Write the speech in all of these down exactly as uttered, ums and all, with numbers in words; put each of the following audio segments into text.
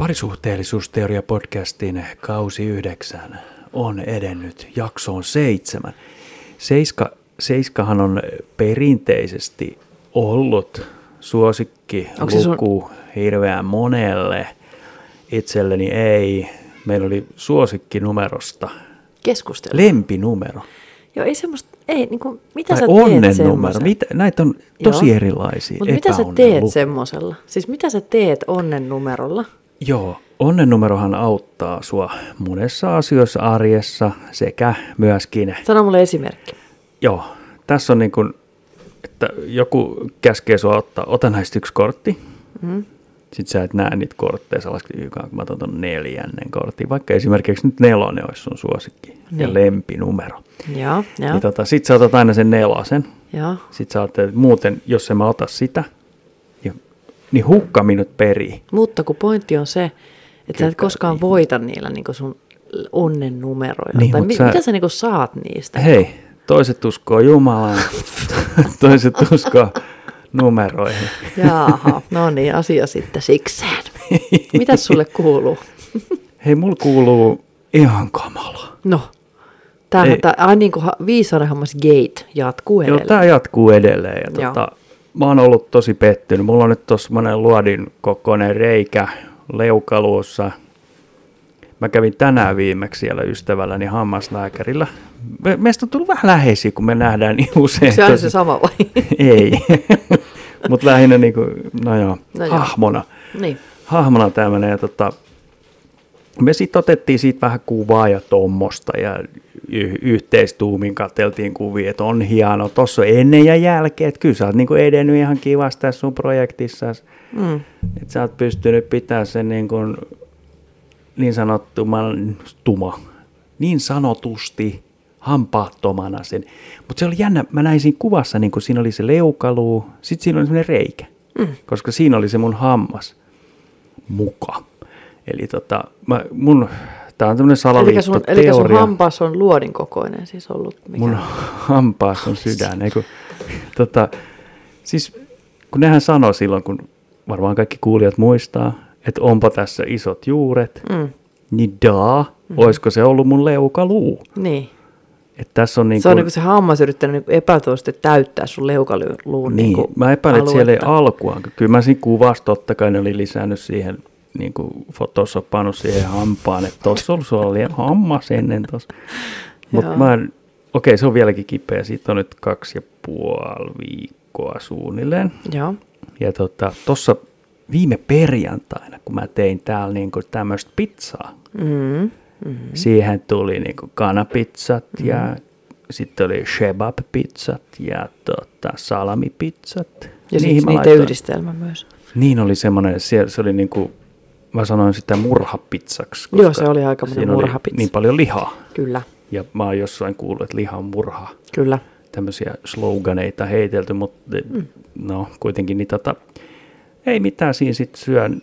Parisuhteellisuusteoria-podcastin kausi yhdeksän on edennyt jaksoon seitsemän. Seiska, Seiskahan on perinteisesti ollut suosikki luku sun... hirveän monelle. Itselleni ei. Meillä oli suosikki numerosta. Keskustelu. Lempinumero. Joo, ei semmoista, ei, niin kuin, mitä tai sä teet onnennumero. Mitä, näitä on tosi Joo. erilaisia. Mutta mitä sä teet semmosella? Siis mitä sä teet onnennumerolla? Joo, onnennumerohan auttaa sua monessa asioissa arjessa sekä myöskin... Sano mulle esimerkki. Joo, tässä on niin kuin, että joku käskee sua ottaa, ota näistä yksi kortti. Mm. Sitten sä et näe niitä kortteja, sä lasket yhden, kun mä otan ton neljännen kortin. Vaikka esimerkiksi nyt nelonen olisi sun suosikki niin. ja lempinumero. Joo, joo. Niin tota, sit sä otat aina sen nelosen. Joo. Sitten sä ajattelet, että muuten, jos en mä ota sitä, niin hukka minut perii. Mutta kun pointti on se, että Kyllä, sä et koskaan niin. voita niillä niin sun onnennumeroilla. Niin, tai mi- sä... mitä sä niin saat niistä? Hei, toiset uskoo Jumalaan, toiset uskoo numeroihin. Jaha, no niin, asia sitten sikseen. Mitäs sulle kuuluu? Hei, mulla kuuluu ihan kamala. No, tämähän tää, niin kuin viisauden hammas gate jatkuu edelleen. Joo, tää jatkuu edelleen. Ja tota, mä oon ollut tosi pettynyt. Mulla on nyt tossa semmonen luodin kokoinen reikä leukaluussa. Mä kävin tänään viimeksi siellä ystävälläni hammaslääkärillä. Me, meistä on tullut vähän läheisiä, kun me nähdään niin usein. Se on se sama vai? Ei, mutta lähinnä niin kuin, no joo, no hahmona. Niin. Hahmona tämmöinen. Ja tota, me sitten otettiin siitä vähän kuvaa ja tommosta ja y- yhteistuumin katseltiin kuvia, että on hieno. Tuossa on ennen ja jälkeen, että kyllä sä oot niin kuin edennyt ihan kivasti tässä sun projektissa. Mm. Että sä oot pystynyt pitämään sen niin kuin niin sanottuman tuma, niin sanotusti hampaattomana sen. Mutta se oli jännä, mä näin siinä kuvassa, niin kun siinä oli se leukaluu, sitten siinä oli semmoinen reikä, mm. koska siinä oli se mun hammas muka. Eli tota, mä, mun, tää on tämmöinen salaliittoteoria. Eli sun hampaas on luodin kokoinen siis ollut? Mikä? Mun hampaas on sydän. Eiku, tota, siis kun nehän sanoi silloin, kun varmaan kaikki kuulijat muistaa, että onpa tässä isot juuret, mm. niin daa, mm-hmm. olisiko se ollut mun leukaluu? Niin. Et tässä on niin se kun, on niin kuin se hammas yrittänyt niin epätoisesti täyttää sun leukaluun niin, niin mä epäilen, että siellä ei alkuaan. Kyllä mä siinä kuvassa totta kai ne oli lisännyt siihen, niin kuin photoshopannut siihen hampaan, että tuossa on sulla oli hammas ennen tuossa. Mutta mä, okei, okay, se on vieläkin kipeä. Siitä on nyt kaksi ja puoli viikkoa suunnilleen. Joo. Ja tota, tuossa viime perjantaina, kun mä tein täällä niinku tämmöistä pizzaa, mm-hmm. Mm-hmm. siihen tuli niinku kanapizzat mm-hmm. ja sitten oli shebab-pizzat ja tota, salamipizzat. Ja sitten niitä laitoin, yhdistelmä myös. Niin oli semmoinen, se, se oli niinku, mä sanoin sitä murhapizzaksi. Joo, se oli aika monen murhapizza. Niin paljon lihaa. Kyllä. Ja mä oon jossain kuullut, että liha on murha. Kyllä. Tämmöisiä sloganeita heitelty, mutta mm. no kuitenkin niin tota, ei mitään, siinä sitten syön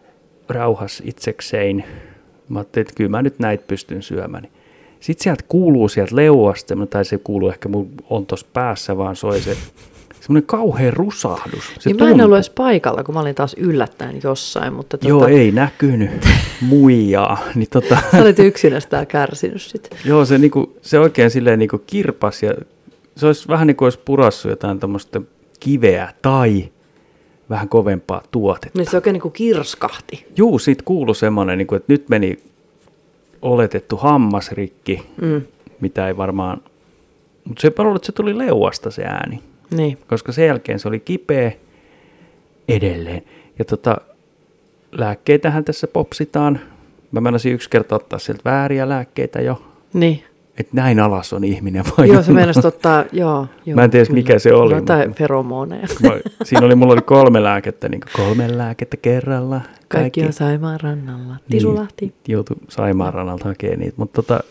rauhas itsekseen. Mä ajattelin, että kyllä mä nyt näitä pystyn syömään. Sitten sieltä kuuluu sieltä leuasta, tai se kuuluu ehkä mun on tuossa päässä, vaan soi se semmoinen kauhea rusahdus. Se niin mä en ollut edes paikalla, kun mä olin taas yllättäen jossain. Mutta Joo, tota... ei näkynyt muijaa. Niin tota... Sä olit yksinästään kärsinyt sitten. Joo, se, niinku, se oikein silleen niinku kirpas ja se olisi vähän niin kuin olisi purassut jotain tämmöistä kiveä tai vähän kovempaa tuotetta. Niin se oikein niin kuin kirskahti. Juu, siitä kuului semmoinen, niin kuin, että nyt meni oletettu hammasrikki, mm. mitä ei varmaan, mutta se paljon, että se tuli leuasta se ääni. Niin. Koska sen jälkeen se oli kipeä edelleen. Ja tota, lääkkeitähän tässä popsitaan. Mä meinasin yksi kerta ottaa sieltä vääriä lääkkeitä jo. Niin. Että näin alas on ihminen vai? Joo, se meinasit ottaa, joo. joo mä en tiedä, mikä se oli. Jotain mutta, feromoneja. Mä, siinä oli, mulla oli kolme lääkettä, niin kolme lääkettä kerralla. Kaikki, Kaikki on Saimaan rannalla. Tisulahti. Niin, joutui Saimaan rannalta hakemaan niitä. Mutta tota,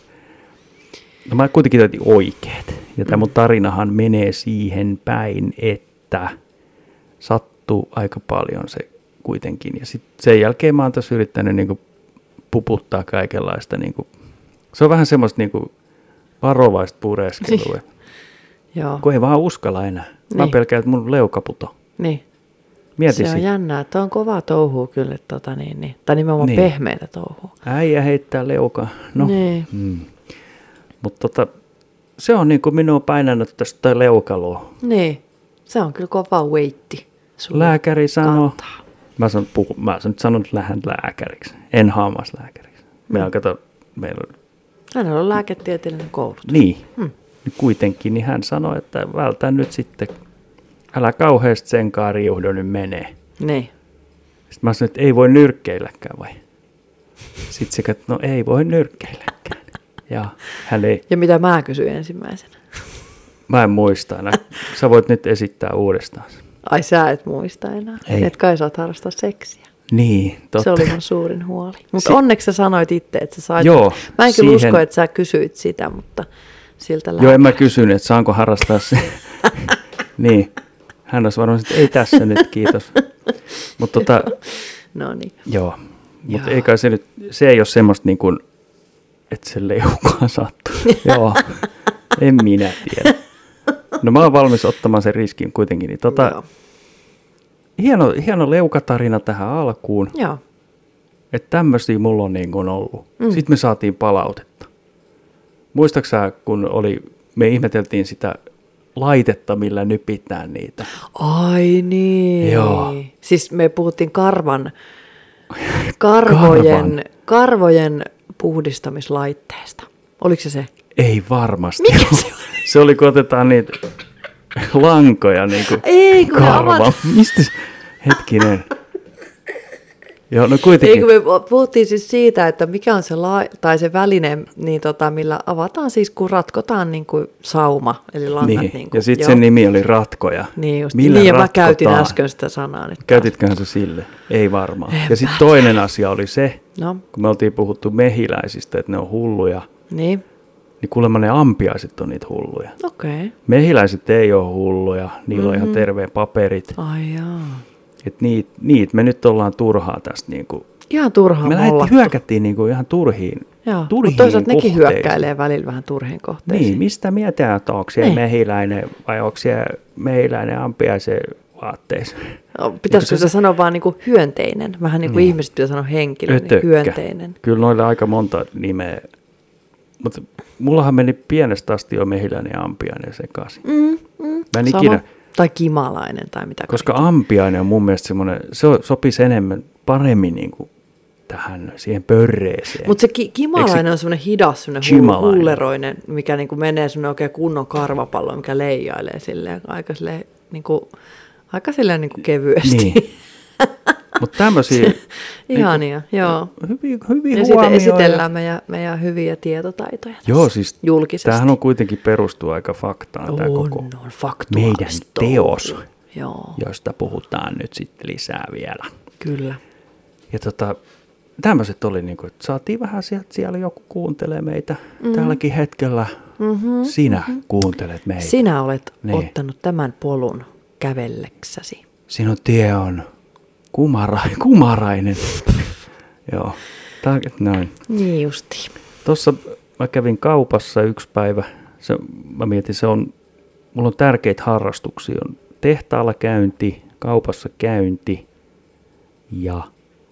no mä kuitenkin täytin oikeat. Ja tämä mm. mun tarinahan menee siihen päin, että sattuu aika paljon se kuitenkin. Ja sitten sen jälkeen mä oon tässä yrittänyt niin kuin puputtaa kaikenlaista. Niin kuin, se on vähän semmoista niin kuin varovaista pureskelua. Joo. Kun ei vaan uskalla enää. Niin. Mä pelkään, että mun leuka puto. Niin. Mieti Se on sit. jännää, että on kovaa touhua kyllä, tota niin, niin. Tai nimenomaan Niin. pehmeitä touhua. Äijä heittää leukaa. No. Niin. Mm. Mutta tota, se on niin kuin minua painanut tästä leukaloa. Niin, se on kyllä kova weighti. sulle Lääkäri sanoo. kantaa. Mä sanon, puhu, mä sanon, sanon että lähden lääkäriksi. En hammaslääkäriksi. Meillä on, kato, meillä on, Hänellä on lääketieteellinen koulutus. niin, Hmm. kuitenkin, niin hän sanoi, että vältä nyt sitten, älä kauheasti senkaan riuhdo nyt menee. Niin. Sitten mä sanoin, että ei voi nyrkkeilläkään vai? Sitten se katsoi, no ei voi nyrkkeilläkään. Ja hän ei, Ja mitä mä kysyin ensimmäisenä? mä en muista enää. Sä voit nyt esittää uudestaan. Ai sä et muista enää. Ei. Et kai saat harrastaa seksiä. Niin, totta. Se oli mun suurin huoli. Mutta Si- onneksi sä sanoit itse, että sä sait. Joo, Mä en kyllä siihen- usko, että sä kysyit sitä, mutta siltä Joo, lähtee. en mä kysynyt, että saanko harrastaa se. Niin, hän olisi varmaan, että ei tässä nyt, kiitos. Mutta tota, No niin. joo, mutta Joo. ei kai se nyt, se ei ole semmoista niin kuin, että se leukaan sattuu. Joo, en minä tiedä. No mä oon valmis ottamaan sen riskin kuitenkin. Niin tota, Joo. hieno, hieno leukatarina tähän alkuun, Joo. että tämmöisiä mulla on niin kuin ollut. Mm. Sitten me saatiin palautetta. Muistatko sä, kun oli, me ihmeteltiin sitä laitetta, millä nypitään niitä. Ai niin. Joo. Siis me puhuttiin karvan, karvojen, Karvan. karvojen puhdistamislaitteesta. Oliko se se? Ei varmasti. Mikä ole. se oli? Se oli, kun otetaan niitä lankoja niin kuin Ei, kun me karva. avataan. Mistä? se- Hetkinen. Joo, no kuitenkin. Ei, kun me puhuttiin siis siitä, että mikä on se, la- tai se väline, niin tota, millä avataan siis, kun ratkotaan niin kuin sauma, eli langat. Niin. Niin kuin, Ja sitten joo. sen nimi oli ratkoja. Niin, just, Millä niin ja mä käytin ratkotaan? äsken sitä sanaa. Nyt taas. Käytitköhän se sille? Ei varmaan. En ja sitten mä toinen asia oli se, No, kun me oltiin puhuttu mehiläisistä, että ne on hulluja, niin, niin kuulemma ne ampiaiset on niitä hulluja. okei. Okay. Mehiläiset ei ole hulluja, niillä on ihan Mhm. terveen paperit. Ai jaa. Että niitä niit me nyt ollaan turhaa tästä. Niinku. Ihan turhaan Me lähdettiin, mollattu. hyökättiin niinku ihan turhiin, Joo, turhiin mutta toisaalta nekin kohteisiin. hyökkäilee välillä vähän turhiin kohteisiin. Niin, mistä mietitään, että onko siellä Niin. mehiläinen vai onko siellä mehiläinen ampiaisen vaatteissa? No, pitäisikö Niin, se sanoa vaan niin kuin hyönteinen? Vähän niin kuin Niin. ihmiset pitää sanoa henkilö, niin Ötökkä. hyönteinen. Kyllä noilla aika monta nimeä. Mutta mullahan meni pienestä asti jo mehiläinen ja ampiainen sekaisin. Mm, mm, Mä en sama. ikinä, Tai kimalainen tai mitä. koska ampiainen on mun mielestä semmoinen, se o- sopisi enemmän, paremmin niin kuin tähän siihen pörreeseen. Mutta se ki- kimalainen Eikö se- on semmoinen hidas, semmoinen Chimalainen. huuleroinen, mikä niinku menee semmoinen oikein kunnon karvapallo, mikä leijailee silleen aika silleen, niinku, aika silleen niinku kevyesti. Niin. Mutta tämmöisiä Ihania, joo. hyviä, hyviä Ja sitten huomioita. esitellään meidän, meidän hyviä tietotaitoja tässä Joo, siis julkisesti. tämähän on kuitenkin perustuu aika faktaan tämä on, koko on faktuaalista meidän teos, touhua. Joo, josta puhutaan nyt sitten lisää vielä. kyllä. Ja tota, tämmöiset oli niinku, että saatiin vähän sieltä, siellä joku kuuntelee meitä. Mm. Tälläkin hetkellä Mm-hmm. sinä mm-hmm. kuuntelet meitä. Sinä olet Niin. ottanut tämän polun kävelleksesi. Sinun tie on kumara, kumarainen. Joo, tää, noin. Niin justiin. Tuossa mä kävin kaupassa yksi päivä. Se, mä mietin, se on, mulla on tärkeitä harrastuksia. On tehtaalla käynti, kaupassa käynti ja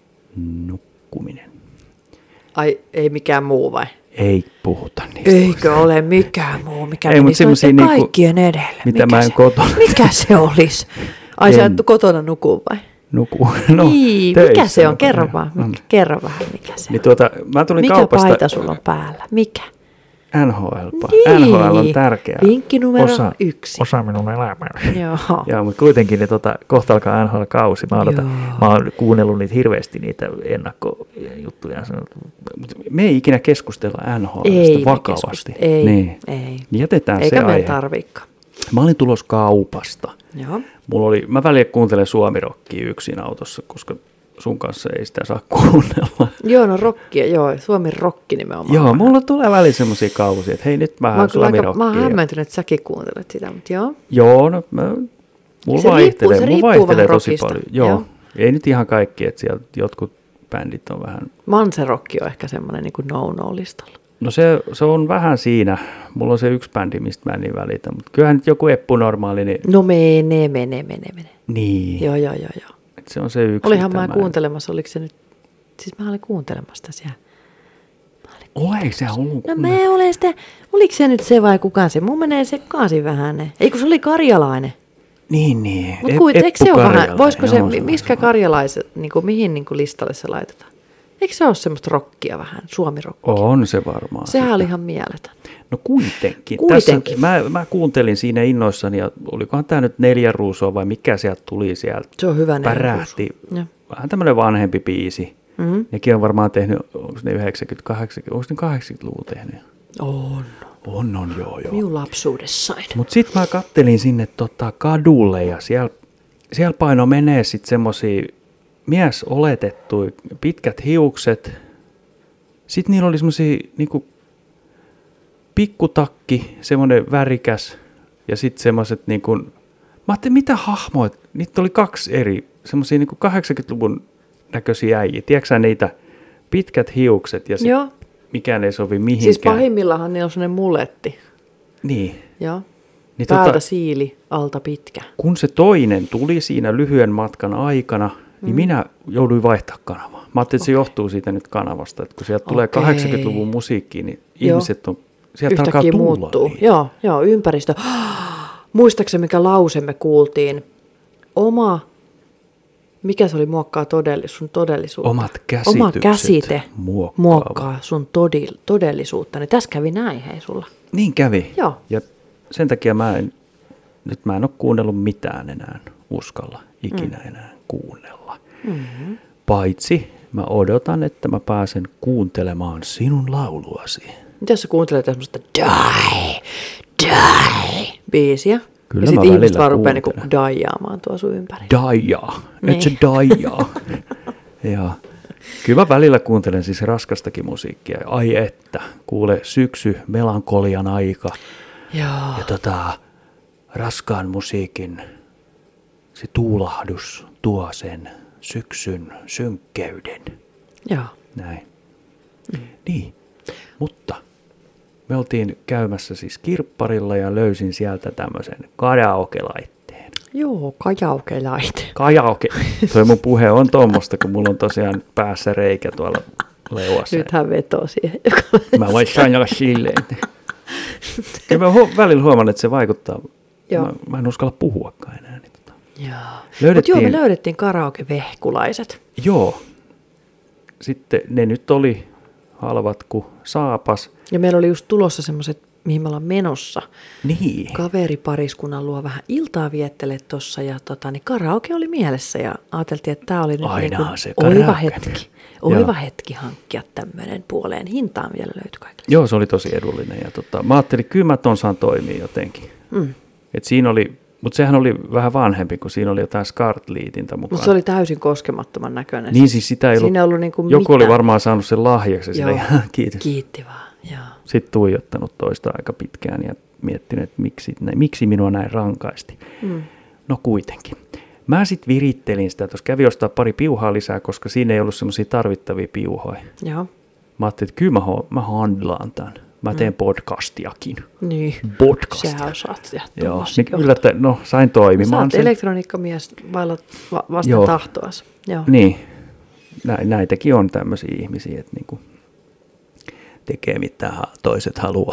nukkuminen. Ai, ei mikään muu vai? Ei puhuta niistä. Eikö ole mikään muu, mikä Ei, ei, mut menisi semmosia noitten niinku, kaikkien edelle. mitä mikä mä en se, kotona- Mikä se olisi? Ai sä En. et kotona nukuu vai? Nuku. No, niin, töissä mikä se on? nukun, Kerro joo. vaan. On. Mikä, kerro vähän, mikä se Niin on. tuota, mä tulin Mikä kaupasta. paita sulla on päällä? Mikä? N H L. Niin. N H L on tärkeä Vinkki numero osa, yksi. osa minun elämääni. Joo. Joo, mutta kuitenkin niin tota, kohta alkaa N H L-kausi. Mä, odotan, Joo. mä oon kuunnellut niitä hirveästi, niitä ennakkojuttuja. Mut me ei ikinä keskustella N H L:stä Ei me vakavasti. keskust- Ei, niin. ei. Jätetään Eikä se meidän aihe. tarviikaan. Mä olin tulossa kaupasta. Joo. Mulla oli, mä välillä kuuntelen suomirokkia yksin autossa, koska sun kanssa ei sitä saa kuunnella. Joo, no rokkia, joo. Suomen rokki nimenomaan. Joo, mulla tulee välillä semmosia kausia, että hei nyt Mä vähän oon kyllä aika, suomirokkia. mä oon hämmentynyt, että säkin kuuntelet sitä, mutta joo. Joo, no mä, mulla Se riippuu- vaihtelee, se mulla riippuu vaihtelee vähän tosi rockista. paljon. Joo. Joo. Ei nyt ihan kaikki, että sieltä jotkut bändit on vähän, Manserokki on ehkä semmoinen niin kuin no-no-listalla. No se, se on vähän siinä. Mulla on se yksi bändi, mistä mä en niin välitä. Mutta kyllähän nyt joku Eppu Normaali. Niin... No menee, menee, menee, menee. Niin. Joo, joo, joo, joo. Et se on se yksi. Olihan mä kuuntelemassa, oliko se nyt, siis mä olin kuuntelemassa tässä. Oliko se ollut? No mä olen sitä, oliko se nyt se vai kuka se? Mun menee sekaisin vähän ne. Eikö se oli karjalainen? Niin, niin. Mutta kuitenkin, eikö se ole vähän, voisiko se, miskä karjalaiset, niin kuin, mihin niin kuin listalle se laitetaan? Eikö se ole semmoista rockia vähän, suomirockia? On se varmaan. Sehän sitä. oli ihan mieletön. No kuitenkin. Kuitenkin. Tässä, mä, mä kuuntelin siinä innoissani, ja olikohan tämä nyt neljä ruusua vai mikä sieltä tuli sieltä. Se on hyvä pärähti. Vähän tämmöinen vanhempi biisi. Mm-hmm. Nekin on varmaan tehnyt, onko ne yhdeksänkymmentä, kahdeksankymmentä, onko ne kahdeksankymmentäluvun tehnyt? On. On, on, joo, joo. Minun lapsuudessain. Mutta sitten mä kattelin sinne tota kadulle, ja siellä, siellä paino menee sitten semmosia mies oletettui, pitkät hiukset. Sitten niillä oli semmosia niinku pikkutakki, semmoinen värikäs, ja sitten semmoiset niinku, mä ajattelin, mitä hahmoja, niitä oli kaksi eri, semmosia niinku kahdeksankymmentäluvun näköisiä äijiä. Tiedätkö niitä pitkät hiukset ja sit mikään ei sovi mihinkään. Siis pahimmillahan niillä on semmoinen muletti. Niin. Joo. Niin päältä tota, siili, alta pitkä. Kun se toinen tuli siinä lyhyen matkan aikana, mm. niin minä jouduin vaihtaa kanavaa. Mä ajattelin, että se okay. johtuu siitä nyt kanavasta, että kun sieltä okay. tulee kahdeksankymmentäluvun musiikkiin, niin joo. ihmiset on, sieltä yhtäkkiä alkaa tulla. Muuttuu. Niin. Joo, joo, ympäristö. Muistaakseni mikä lause me kuultiin? Oma... Mikä se oli muokkaa todellisuutta, sun todellisuutta? Omat käsitykset Oma käsite muokkaa, muokkaa sun todil, todellisuutta. Niin tässä kävi näin, hei sulla. Niin kävi. Joo. Ja sen takia mä en, nyt mä en ole kuunnellut mitään enää, uskalla ikinä mm. enää kuunnella. Mm-hmm. Paitsi mä odotan, että mä pääsen kuuntelemaan sinun lauluasi. Mitä sä kuuntelet semmoista die, die biisiä? Kyllä ja sitten ihmiset vaan rupeaa niinku daijaamaan tuo sun ympäri. Daijaa. Niin. Et se daijaa. Ja kyllä mä välillä kuuntelen siis raskastakin musiikkia. Ai että, kuule syksy, melankolian aika. Joo. Ja tota, raskaan musiikin se tuulahdus tuo sen syksyn synkkeyden. Joo. Näin. Mm. Niin, mutta... Me oltiin käymässä siis kirpparilla ja löysin sieltä tämmöisen karaoke-laitteen. Joo, karaoke-laite. Karaoke. Toi mun puhe on tommoista, kun mulla on tosiaan päässä reikä tuolla leuassa. Nyt hän vetoo siihen. Mä voin sanoa silleen. Kyllä mä hu- välillä huomaan, että se vaikuttaa. Mä, mä en uskalla puhuakaan enää. Niin tota. Joo. Mutta joo, me löydettiin karaoke-vehkulaiset. Joo. Sitten ne nyt oli halvat kuin saapas. Ja meillä oli just tulossa semmoiset, mihin me ollaan menossa. Niin. Kaveripariskunnan luo vähän iltaa viettele tuossa ja tota, niin karaoke oli mielessä ja ajateltiin, että tämä oli nyt niin kuin oiva hetki. Oiva hetki hankkia tämmöinen puoleen hintaan vielä löytyi kaikille. Joo, se oli tosi edullinen ja tota, mä ajattelin, kyllä mä ton saan toimia jotenkin. Mm. Et siinä oli, mutta sehän oli vähän vanhempi, kun siinä oli jotain SCART-liitintä mukaan. Mutta se oli täysin koskemattoman näköinen. Niin siis sitä ei ollut, siinä ei ollut niin kuin joku mitään. Oli varmaan saanut sen lahjaksi. Joo, sitä, kiitos. Kiitti vaan. Joo. Sitten tuijottanut toista aika pitkään ja miettinyt, että miksi, miksi minua näin rankaisti. Mm. No kuitenkin. Mä sitten virittelin sitä, tuossa kävi ostaa pari piuhaa lisää, koska siinä ei ollut semmoisia tarvittavia piuhoja. Joo. Mä ajattelin, että kyllä mä, ho- mä handlaan tämän. Mä teen mm. podcastiakin. Niin. Podcastia. Sä osaat tehdä. Joo, niin yllättä, no sain toimimaan. Sä oot sen. elektroniikkamies vailla va- vasta Joo. tahtoas. Joo. Niin, Nä, näitäkin on tämmöisiä ihmisiä, että niinku tekee mitä toiset haluaa.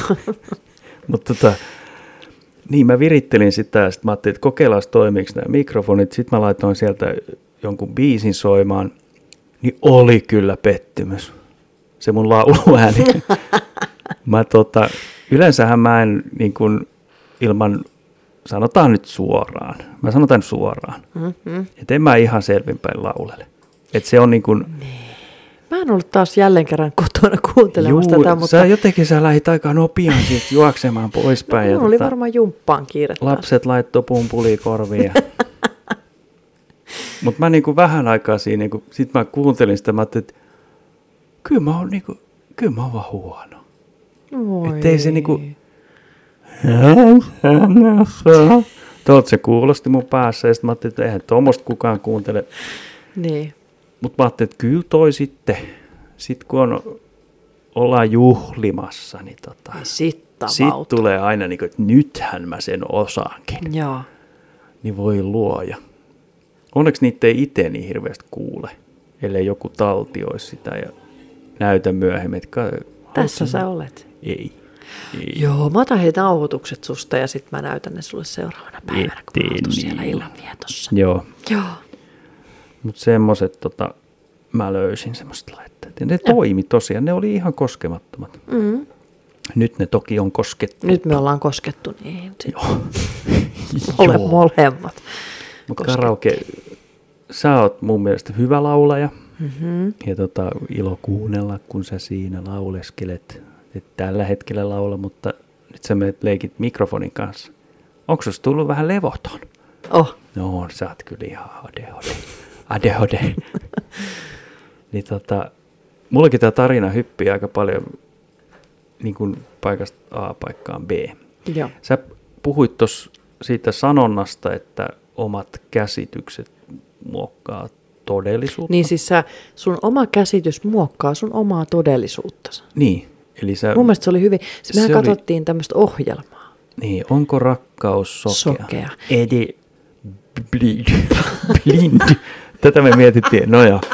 Mutta tota, niin mä virittelin sitä ja sitten mä ajattelin, että kokeillaan toimiiko nämä mikrofonit. Sitten mä laitoin sieltä jonkun biisin soimaan, niin oli kyllä pettymys. Se mun lauluääni. mä tota, yleensähän mä en niin kuin ilman, sanotaan nyt suoraan, mä sanotaan suoraan, mm-hmm. että en mä ihan selvinpäin laulele. Että se on niin kuin... Nee. Mä en ollut taas jälleen kerran kotona kuuntelemassa Juu, tätä, mutta... sä jotenkin sä lähdit aika nopean siitä juoksemaan poispäin. No, oli tota, varmaan jumppaan kiire. Lapset laittoi pumpulia korviin. Mutta mä niinku vähän aikaa siinä, niinku, sit mä kuuntelin sitä, mä ajattelin, että kyllä mä oon niinku, kyllä mä oon vaan huono. Että ei se niinku... Tuolta se kuulosti mun päässä ja sit mä ajattelin, että eihän tuommoista kukaan kuuntele. Niin. Mutta mä ajattelin, että kyllä toi sitten, sit kun on ollaan juhlimassa, niin tota, sitten sit tulee aina niin kuin, että nythän mä sen osaankin. Joo. Niin voi luoja. Onneksi niitä ei itse niin hirveästi kuule, ellei joku taltioisi sitä ja näytä myöhemmin. Että tässä sä olet. Ei. Ei. Joo, mä otan heitä nauhoitukset susta ja sitten mä näytän ne sulle seuraavana päivänä, kun mä oon niin. siellä illanvietossa. Joo. Joo. Mutta semmoiset, tota, mä löysin semmoista laitteet. Ja ne ja. toimi tosiaan, ne oli ihan koskemattomat. Mm. Nyt ne toki on koskettu. Nyt me ollaan koskettu niihin. Joo. Ole molemmat. Mutta karaoke, sä oot mun mielestä hyvä laulaja. Mm-hmm. Ja tota, ilo kuunnella, kun sä siinä lauleskelet. Et tällä hetkellä laula, mutta nyt sä menet leikit mikrofonin kanssa. Onko susta tullut vähän levoton? Oh. No, sä oot kyllä ihan adehode. Adehode. Niin tota, mullakin tää tarina hyppii aika paljon niin kuin paikasta A paikkaan B. Joo. Sä puhuit tuossa siitä sanonnasta, että omat käsitykset muokkaa todellisuutta. Niin siis sä, sun oma käsitys muokkaa sun omaa todellisuuttasi. Niin. Eli sä, mun mielestä se oli hyvin. Siis mehän se katsottiin oli, tämmöistä ohjelmaa. Niin, onko rakkaus sokea? Sokea. Edi blind. blind. Tätä me mietittiin. No joo.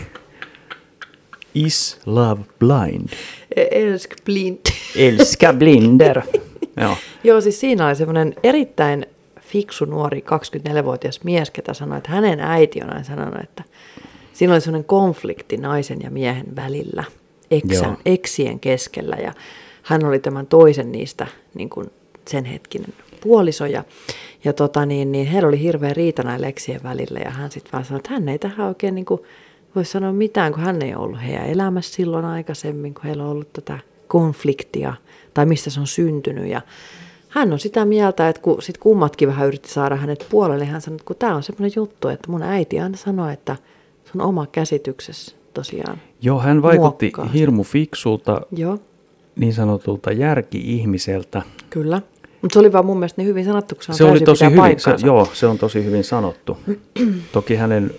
Is love blind? Elsk blind. Elska blinder. Joo. Joo, siis siinä oli semmoinen erittäin fiksu nuori kaksikymmentäneljävuotias mies, ketä sanoi, että hänen äiti on aina sanonut, että siinä oli semmoinen konflikti naisen ja miehen välillä, eksän, eksien keskellä, ja hän oli tämän toisen niistä niin kuin sen hetkinen puoliso, ja, ja tota niin, niin heillä oli hirveä riita näillä eksien välillä, ja hän sitten vaan sanoi, että hän ei tähän oikein niin kuin voi sanoa mitään, kun hän ei ollut heidän elämässä silloin aikaisemmin, kun heillä on ollut tätä konfliktia, tai mistä se on syntynyt, ja hän on sitä mieltä, että kun sit kummatkin vähän yritti saada hänet puolelle, hän sanoi, että kun tämä on semmoinen juttu, että mun äiti aina sanoi, että sun oma käsityksesi tosiaan Joo, hän vaikutti muokkaa. hirmu fiksulta, Joo. niin sanotulta järki-ihmiseltä. Kyllä, mutta se oli vaan mun mielestä niin hyvin sanottu, kun se on se täysin oli tosi pitää hyvin, se, paikkaansa. joo, se on tosi hyvin sanottu. Toki hänen,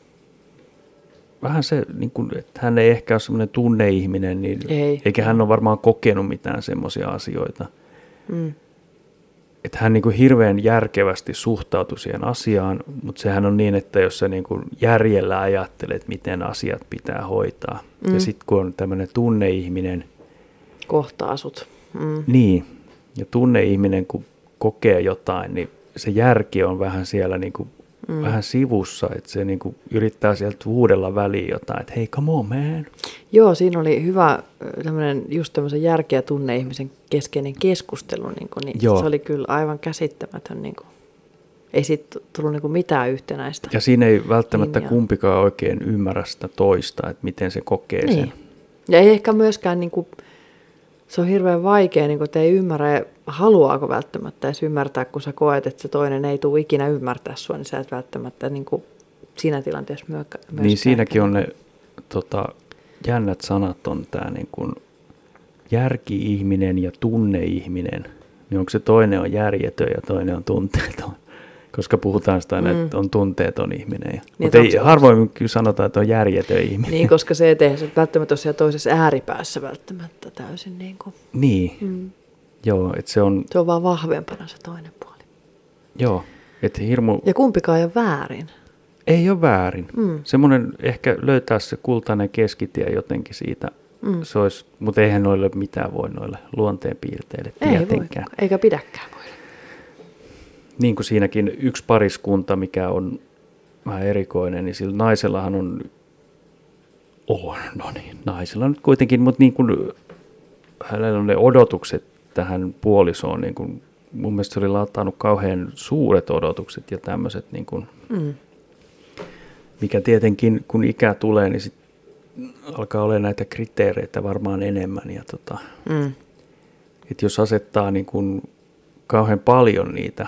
vähän se, niin kuin, että hän ei ehkä ole semmoinen tunneihminen, niin, ei. eikä hän ole varmaan kokenut mitään semmoisia asioita. Mm. Että hän niin kuin hirveän järkevästi suhtautui siihen asiaan, mutta sehän on niin, että jos sä niin kuin järjellä ajattelet, miten asiat pitää hoitaa, mm. ja sitten kun on tämmöinen tunneihminen, kohta asut. Mm. Niin, ja tunneihminen kun kokee jotain, niin se järki on vähän siellä niin kuin, mm. vähän sivussa, että se niin kuin yrittää sieltä huudella väliin jotain, että hei, come on man. Joo, siinä oli hyvä tämmöinen just tämmöisen järkeä ja tunneihmisen keskeinen keskustelu, niin, kuin, niin se oli kyllä aivan käsittämätön, niin kuin, ei siitä tullut niin kuin mitään yhtenäistä. Ja siinä ei välttämättä linjaa. kumpikaan oikein ymmärrä sitä toista, että miten se kokee niin. sen. Ja ei ehkä myöskään, niin kuin, se on hirveän vaikea, niin kuin, että ei ymmärrä, haluaako välttämättä edes ymmärtää, kun sä koet, että se toinen ei tule ikinä ymmärtää sua, niin sä et välttämättä niin kuin, siinä tilanteessa myöskään. Niin siinäkin on ne tota, jännät sanat, on tämä niin kuin järki-ihminen ja tunneihminen. Niin onko se toinen on järjetön ja toinen on tunteeton? Koska puhutaan sitä aina, mm. että on tunteeton ihminen. Niin, mutta ei, harvoin kyllä sanotaan, että on järjetön ihminen. Niin, koska se ei tehdä se välttämättä ole siellä toisessa ääripäässä välttämättä täysin. Niin, kuin. niin. Mm. Joo, että se on... Se on vaan vahvempana se toinen puoli. Joo, että hirmu... Ja kumpikaan ei ole väärin. Ei ole väärin. Mm. Semmoinen ehkä löytää se kultainen keskitie jotenkin siitä. Mm. Se olisi, mutta eihän noille mitään voi noille luonteenpiirteille tietenkään. Ei voi, eikä pidäkään voi. Niin kuin siinäkin yksi pariskunta, mikä on vähän erikoinen, niin sillä naisellahan on, oh, no niin, naisella nyt kuitenkin, mutta niin kuin hänellä on ne odotukset tähän puolisoon, niin kuin, mun mielestä se oli latannut kauhean suuret odotukset ja tämmöiset, niin kuin, mm. mikä tietenkin kun ikä tulee, niin sit alkaa olla näitä kriteereitä varmaan enemmän. Ja tota, mm. että jos asettaa niin kuin kauhean paljon niitä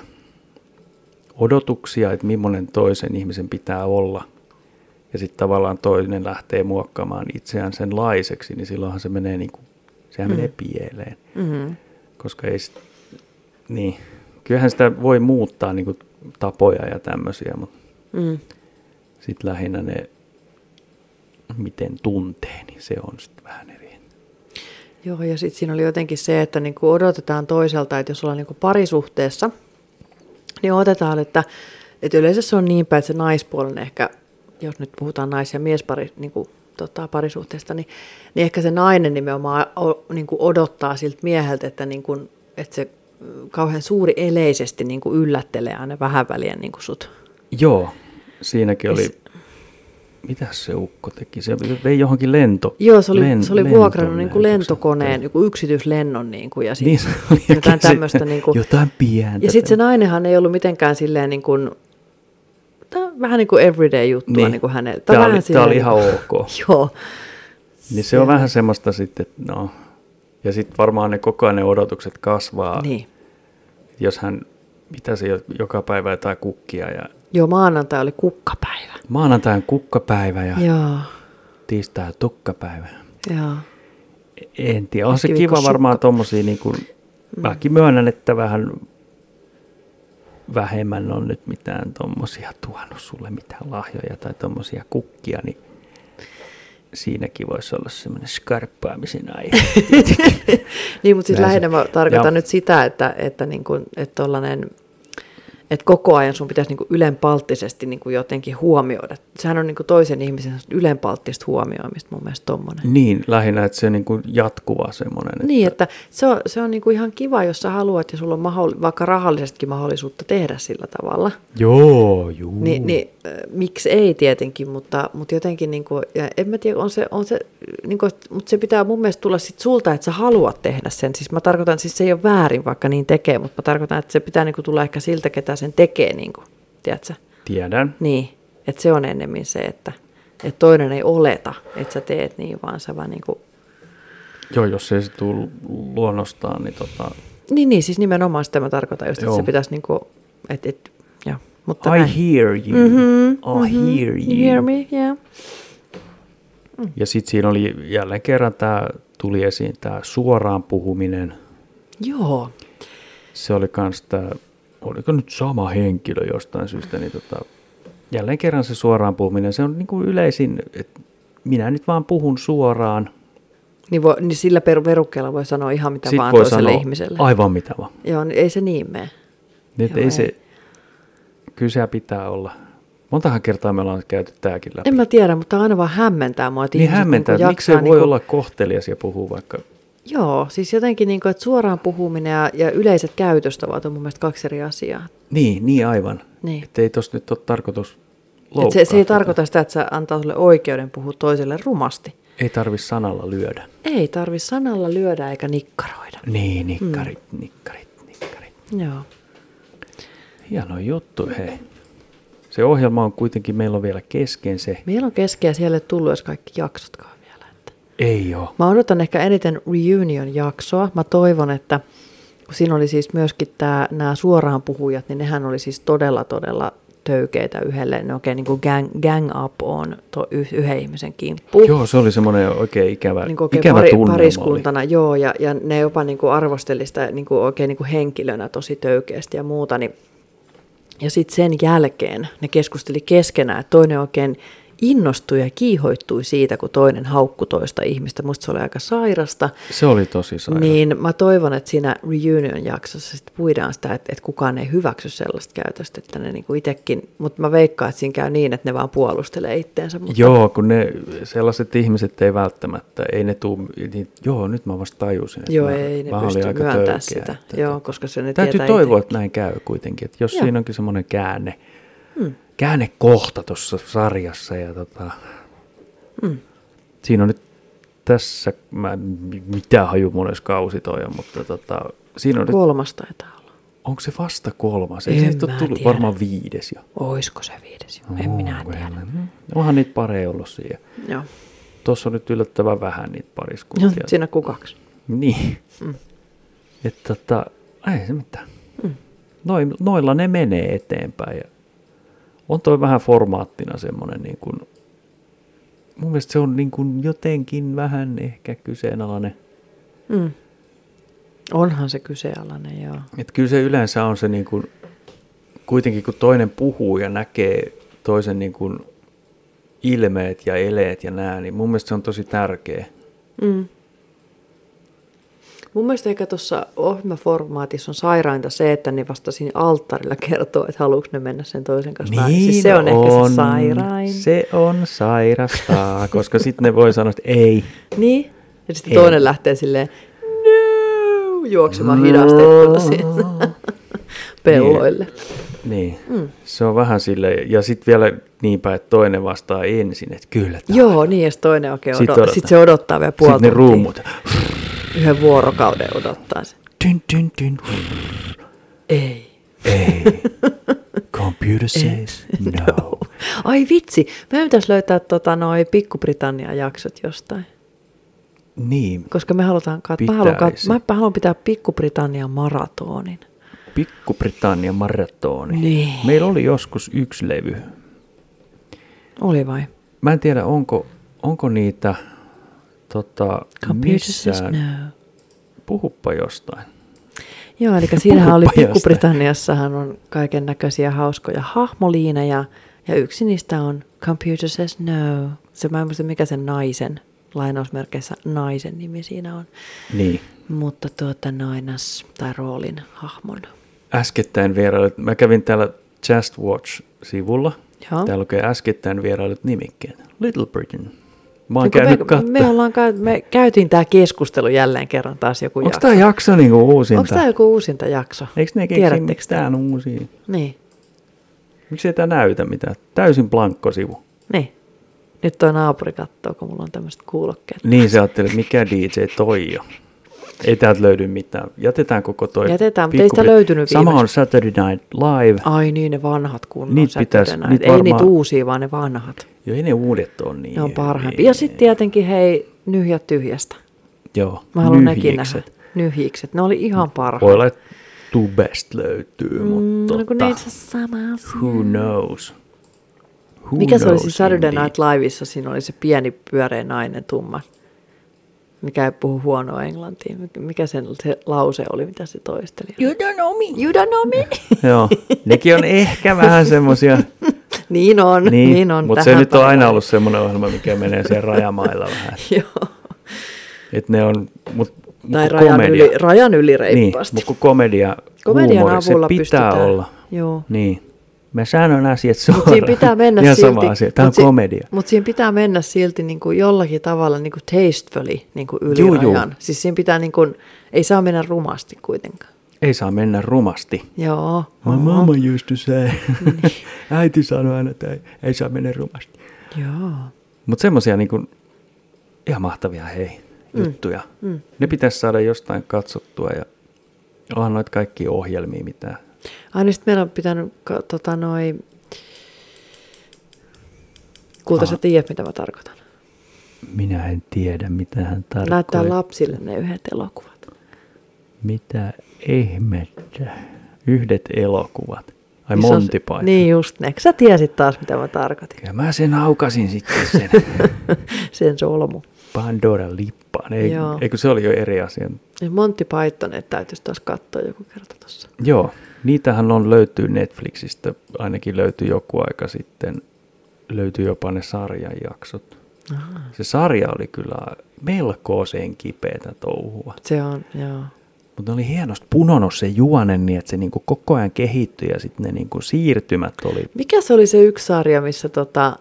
odotuksia, että millainen toisen ihmisen pitää olla, ja sitten tavallaan toinen lähtee muokkaamaan itseään sen laiseksi, niin silloinhan se menee, niin kuin, sehän mm. menee pieleen. Mm-hmm. Koska ei sit, niin, kyllähän sitä voi muuttaa niin kuin tapoja ja tämmöisiä, mutta mm. sitten lähinnä ne, miten tuntee, niin se on sitten vähän eri. Joo, ja sitten siinä oli jotenkin se, että niinku odotetaan toiselta, että jos ollaan niinku parisuhteessa, niin odotetaan, että, että yleensä se on niin päin, että se naispuolinen ehkä, jos nyt puhutaan nais- ja miespari, niinku, tota, parisuhteesta, niin, niin ehkä se nainen nimenomaan o, niinku odottaa siltä mieheltä, että, niinku, että se kauhean suuri eleisesti niinku yllättelee aina vähän väliä niinku sut. Joo, siinäkin oli... Es... Mitäs se ukko teki? Se vei johonkin lento. Joo, se oli, Len, se oli vuokrannut niin kuin lentokoneen, joku yksityislennon niin kuin, ja sitten niin jotain tämmöistä. Niin kuin, jotain pientä. Ja sitten se nainenhan ei ollut mitenkään silleen niin kuin, vähän niin kuin everyday juttua niin. Niin kuin hänelle. Tämä, tämä oli, tämä oli ihan niin ok. Joo. Niin se on vähän semmoista sitten, no. Ja sitten varmaan ne koko ajan ne odotukset kasvaa. Niin. Jos hän, mitä se joka päivä jotain kukkia ja... Joo, maanantai oli kukkapäivä. Maanantai on kukkapäivä ja Joo. tiistai on tukkapäivä. Joo. En tiedä, on se kiva varmaan tommosia, niin kuin, mm. mäkin myönnän, että vähän vähemmän on nyt mitään tommosia tuonut sulle mitään lahjoja tai tommosia kukkia, niin siinäkin voisi olla semmoinen skarppaamisen aihe. Niin, mutta siis lähinnä mä tarkoitan ja. nyt sitä, että, että, niin kuin, että tollainen... Että koko ajan sun pitäisi niinku ylenpalttisesti niinku jotenkin huomioida. Sehän on niinku toisen ihmisen ylenpalttista huomioimista mun mielestä tommoinen. Niin, lähinnä, että se on niinku jatkuva semmoinen. Että... Niin, että se on, se on niinku ihan kiva, jos sä haluat ja sulla on mahdoll- vaikka rahallisestikin mahdollisuutta tehdä sillä tavalla. Joo, juu. Ni, niin äh, miksi ei tietenkin, mutta, mutta jotenkin, niinku, ja en mä tiedä, on se, on se, niinku, mutta se pitää mun mielestä tulla sit sulta, että sä haluat tehdä sen. Siis mä tarkoitan, siis se ei ole väärin, vaikka niin tekee, mutta mä tarkoitan, että se pitää niinku tulla ehkä siltä, ketä sen tekee, niin kuin, tiedätkö? Tiedän. Niin, että se on ennemmin se, että, että toinen ei oleta, että sä teet niin, vaan sä vaan niin kuin... Joo, jos ei se tule luonnostaan, niin tota... Niin, niin, siis nimenomaan sitä mä tarkoitan just, että se pitäisi niin kuin, että, että, joo, mutta I näin. hear you, mm-hmm, I mm-hmm. hear you. You hear me, yeah. Mm. Ja sitten siinä oli jälleen kerran tämä, tuli esiin tämä suoraan puhuminen. Joo. Se oli kans tämä... Oliko nyt sama henkilö jostain syystä, niin tota, jälleen kerran se suoraan puhuminen, se on niin kuin yleisin, että minä nyt vaan puhun suoraan. Niin, voi, niin sillä verukkeella voi sanoa ihan mitä Sitten vaan voi toiselle sanoa ihmiselle. Aivan mitä vaan. Joo, niin ei se niin mene. Nyt Joo, ei, ei se, kyllä se pitää olla. Montahan kertaa me ollaan käyty tämäkin läpi. En mä tiedä, mutta aina vaan hämmentää mua. Niin hämmentää, niin miksi se niin voi kuin... olla kohtelias ja puhua vaikka... Joo, siis jotenkin, niin kuin, että suoraan puhuminen ja, ja yleiset käytöstavat on mun mielestä kaksi eri asiaa. Niin, niin aivan. Niin. Että ei tossa nyt ole tarkoitus loukkaa. Se, se ei tarkoita sitä, että sä antaa sulle oikeuden puhua toiselle rumasti. Ei tarvi sanalla lyödä. Ei tarvi sanalla lyödä eikä nikkaroida. Niin, nikkarit, mm. nikkarit, nikkarit. Joo. Hieno juttu, hei. Se ohjelma on kuitenkin, meillä on vielä kesken se. Meillä on kesken ja siellä ei tullut edes kaikki jaksotkaan vielä. Että. Ei ole. Mä odotan ehkä eniten reunion-jaksoa. Mä toivon, että kun siinä oli siis myöskin tää, nämä suoraan puhujat, niin nehän oli siis todella, todella töykeitä yhdelle. Ne oikein niin kuin gang, gang up on to, yhden ihmisen kimppuun. Joo, se oli semmoinen oikein ikävä, niin oikein ikävä pari, tunnelma pariskuntana, oli. Joo, ja, ja ne jopa niin kuin arvosteli sitä niin kuin oikein niin kuin henkilönä tosi töykeästi ja muuta. Niin, ja sitten sen jälkeen ne keskusteli keskenään, että toinen oikein innostui ja kiihoittui siitä, kun toinen haukkui toista ihmistä. Musta se oli aika sairasta. Se oli tosi sairasta. Niin mä toivon, että siinä reunion-jaksossa sit puidaan sitä, että, että kukaan ei hyväksy sellaista käytöstä, että ne niinku itsekin, mutta mä veikkaan, että siinä käy niin, että ne vaan puolustelee itteensä. Mutta... Joo, kun ne sellaiset ihmiset ei välttämättä, ei ne tuu, niin, joo, nyt mä vasta tajusin. Joo, mä, ei ne mä pysty myöntämään töykeä, sitä. että, Joo, koska se ne täytyy tietää toivoa, itse. että näin käy kuitenkin, että jos Joo. siinä onkin semmoinen käänne, Hmm. käännekohta tuossa sarjassa ja tota, Hmm. siinä on nyt tässä, mä en mitään haju monessa kausi toi on, mutta tota, siinä on Kolmas nyt, taitaa olla. onko se vasta kolmas? Ei En se nyt ole mä tullut tiedä. varmaan viides jo. Oisko se viides jo? En minä tiedä. Onhan niitä pareja ollut siihen. Joo. Tuossa on nyt yllättävän vähän niitä No, pariskuntia. siinä kukaksi. Niin. Mm. Että tota, ei se mitään. Mm. Noin, noilla ne menee eteenpäin. Ja on toi vähän formaattina semmoinen, niin kuin, mun mielestä se on niin kuin jotenkin vähän ehkä kyseenalainen. Mm. Onhan se kyseenalainen, joo. Että kyllä se yleensä on se niin kuin, kuitenkin kun toinen puhuu ja näkee toisen niin kuin ilmeet ja eleet ja nää, niin mun mielestä se on tosi tärkeä. Mm. Mun mielestä ehkä tuossa ohjelmaformaatissa on sairainta se, että ne vasta siinä alttarilla kertoo, että haluuko ne mennä sen toisen kanssa. Niin siis se on, on ehkä se sairain. Se on sairasta, koska sitten ne voi sanoa, että ei. Niin, ja sitten ei. Toinen lähtee silleen, no, juoksemaan no. hidastettuna sinne pelloille. Niin, mm. se on vähän silleen, ja sitten vielä niin päin, että toinen vastaa ensin, että kyllä tämä. Joo, niin, ja sitten toinen oikein sitten odottaa. Sitten se odottaa vielä puoli tuntia. Sitten ne ruumut. Yhden vuorokauden odottaa sen. Dyn, dyn, dyn. Ei. Ei. Computer says no. no. Ai vitsi, meidän pitäisi löytää tota, noi Pikku-Britannian jaksot jostain. Niin. Koska me halutaan, kat- mä, haluan kat- mä haluan pitää Pikku-Britannian maratonin. Pikku-Britannian maratoni. Niin. Meillä oli joskus yksi levy. Oli vai? Mä en tiedä, onko, onko niitä tota, missään. No. Puhuppa jostain. Joo, eli siinähän oli Pikku-Britanniassahan on kaiken näköisiä hauskoja hahmoliineja, ja yksi niistä on Computer Says No. Se mä en muista, mikä sen naisen, lainausmerkeissä naisen nimi siinä on. Niin. Mutta tuota noinas, tai roolin hahmon. Äskettäin vierailut, mä kävin täällä Just Watch-sivulla. Joo. Täällä lukee äskettäin vierailut nimikkeen. Little Britain. Mä oon käynyt me, katsoa. Me, ollaan, me käytiin tää keskustelu jälleen kerran taas joku Onko jakso. Onko tää jakso niinku uusinta? Onko tää joku uusinta jakso? Eikö ne keksi mitään uusia? Niin. Miksi ei tää näytä mitään? Täysin blankko sivu. Niin. Nyt toi naapuri kattoo, kun mulla on tämmöiset kuulokkeet. Niin se ajattelee, että mikä D J toi on. Ei täältä löydy mitään. Jätetään koko toi. Jätetään, mutta ei sitä löytynyt Sama viimeksi. on Saturday Night Live. Ai niin, ne vanhat kunnon niitä Saturday pitäisi, Night. niitä Ei varmaan, niitä uusia, vaan ne vanhat. Joo, ei ne uudet ole niin. Ne on parhaimpia. Ja sitten tietenkin hei, Nyhjät tyhjästä. Joo, mä haluan nekin nähdä. Nyhjikset. Ne oli ihan parhaat. Voi olla, että Tubest löytyy, mm, mutta no kun ne itse sama asia. Who knows? Who Mikä se knows oli Saturday indeed. Night Liveissa? Siinä oli se pieni pyöreä nainen tumma, mikä ei puhu huonoa englantia. Mikä sen se lause oli, mitä se toisteli? You don't know me. You don't know me. Joo, nekin on ehkä vähän semmosia. Niin on, niin, niin on. Mutta se nyt on aina ollut semmoinen ohjelma, mikä menee siellä rajamailla vähän. Joo. Että ne on, mut, tai mut rajan komedia, yli, rajan yli reippaasti. Niin, mutta kun komedia, komedian huumori, avulla se pitää pystytään. olla. Joo. Niin. Mä sanon asiat suoraan. Mutta siinä pitää mennä ihan silti. sama asia. Tämä on si- komedia. Mutta siinä pitää mennä silti niin kuin jollakin tavalla niin kuin tastefully niin kuin yli juu, rajan. Juu. Siis siinä pitää, niin kuin, ei saa mennä rumasti kuitenkaan. Ei saa mennä rumasti. Joo. My mama used to say. Äiti sanoi aina, että ei, ei saa mennä rumasti. Joo. Mutta semmoisia niin kuin, ihan mahtavia hei, mm. juttuja. Mm. Ne pitäisi saada jostain katsottua ja onhan noita kaikkia ohjelmia mitään. Aina sitten meillä on pitänyt, tota noi, Kulta, sä tiedät, mitä mä tarkoitan. Minä en tiedä, mitä hän tarkoittaa. Näyttää lapsille ne yhdet elokuvat. Mitä ihmettä? Yhdet elokuvat. Ai niin Monty Python. Niin just ne. Sä tiesit taas, mitä mä tarkoitin. Ja mä sen aukasin sitten sen. sen solmu. Pandoran lippaan. Ei, eikö se oli jo eri asia? Monty Python, että täytyisi taas katsoa joku kerta tuossa. Joo. Niitähän on löytyy Netflixistä. Ainakin löytyi joku aika sitten. Löytyi jopa ne sarjan jaksot. Aha. Se sarja oli kyllä melkoisen kipeätä touhua. Se on, joo. Mutta oli hienosti punonut se juone niin, että se niinku koko ajan kehittyi ja sitten ne niinku siirtymät oli. Mikä se oli se yksi sarja, missä tota...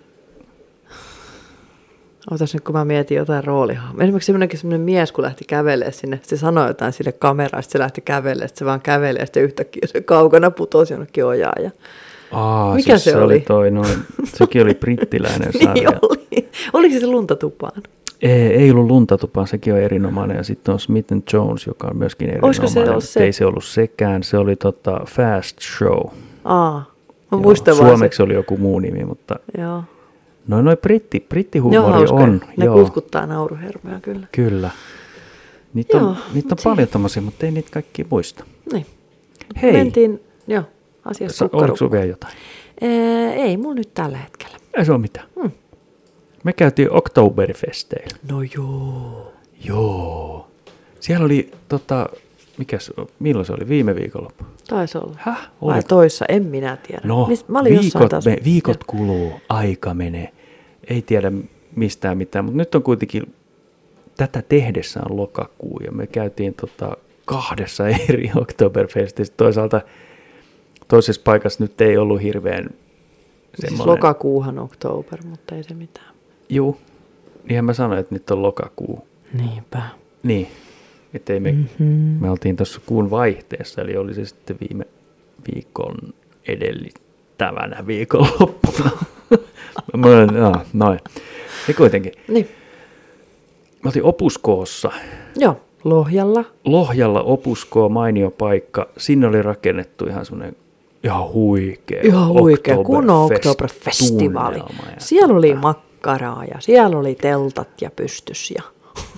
Otas nyt, kun mä mietin jotain roolihahmoa. Esimerkiksi semmoinenkin semmoinen mies, kun lähti kävelemään sinne, se sanoi jotain sille kameraan, sitten se lähti kävelemään, sitten se vaan kävelee, sitten yhtäkkiä se kaukana putosi jonnekin ojaan. Ja... Aa, mikä siis se, se oli? oli toi noin, sekin oli brittiläinen sarja. Niin oli. Oliko se Luntatupaan? Ei, ei ollut Luntatupaan, sekin on erinomainen. Ja sitten on Smith and Jones, joka on myöskin erinomainen. Se se? Ei se ollut sekään, se oli tota Fast Show. Aa, mä muistan vaan suomeksi se. Oli joku muu nimi, mutta... Joo. No noin britti, brittihuumori on. Ne joo. kutkuttaa nauruhermoja kyllä. Kyllä. Niitä on, niitä on paljon tommosia, mutta ei niitä kaikki muista. Niin. Hei. Mentiin, joo, asiassa kukkarukku. Oliko sun vielä jotain? Ee, ei mulla nyt tällä hetkellä. Ei se ole mitään. Hmm. Me käytiin Oktoberfesteillä. No joo. Joo. Siellä oli, tota, mikäs, milloin se oli? Viime viikonloppu? Taisi olla. Häh? Vai oliko? Toissa, en minä tiedä. No, Mist, mä olin viikot, taas... me, viikot kuluu, aika menee. Ei tiedä mistään mitään, mutta nyt on kuitenkin tätä tehdessä on lokakuu ja me käytiin tota kahdessa eri Oktoberfestissä. Toisaalta toisessa paikassa nyt ei ollut hirveän semmoinen. Siis lokakuuhan Oktober, mutta ei se mitään. Juu, niinhän mä sanoin, että nyt on lokakuu. Niinpä. Niin, ettei me, mm-hmm. me oltiin tuossa kuun vaihteessa, eli oli se sitten viime viikon edellittävänä viikonloppuna. mä, no, noin. Ja kuitenkin. Niin. Me oltiin Opuskoossa. Joo, Lohjalla. Lohjalla Opuskoo, mainio paikka. Sinne oli rakennettu ihan semmoinen ihan huikea. Ihan huikea, kunnon Oktoberfestivaali. Siellä oli makkaraa ja siellä oli teltat ja pystys ja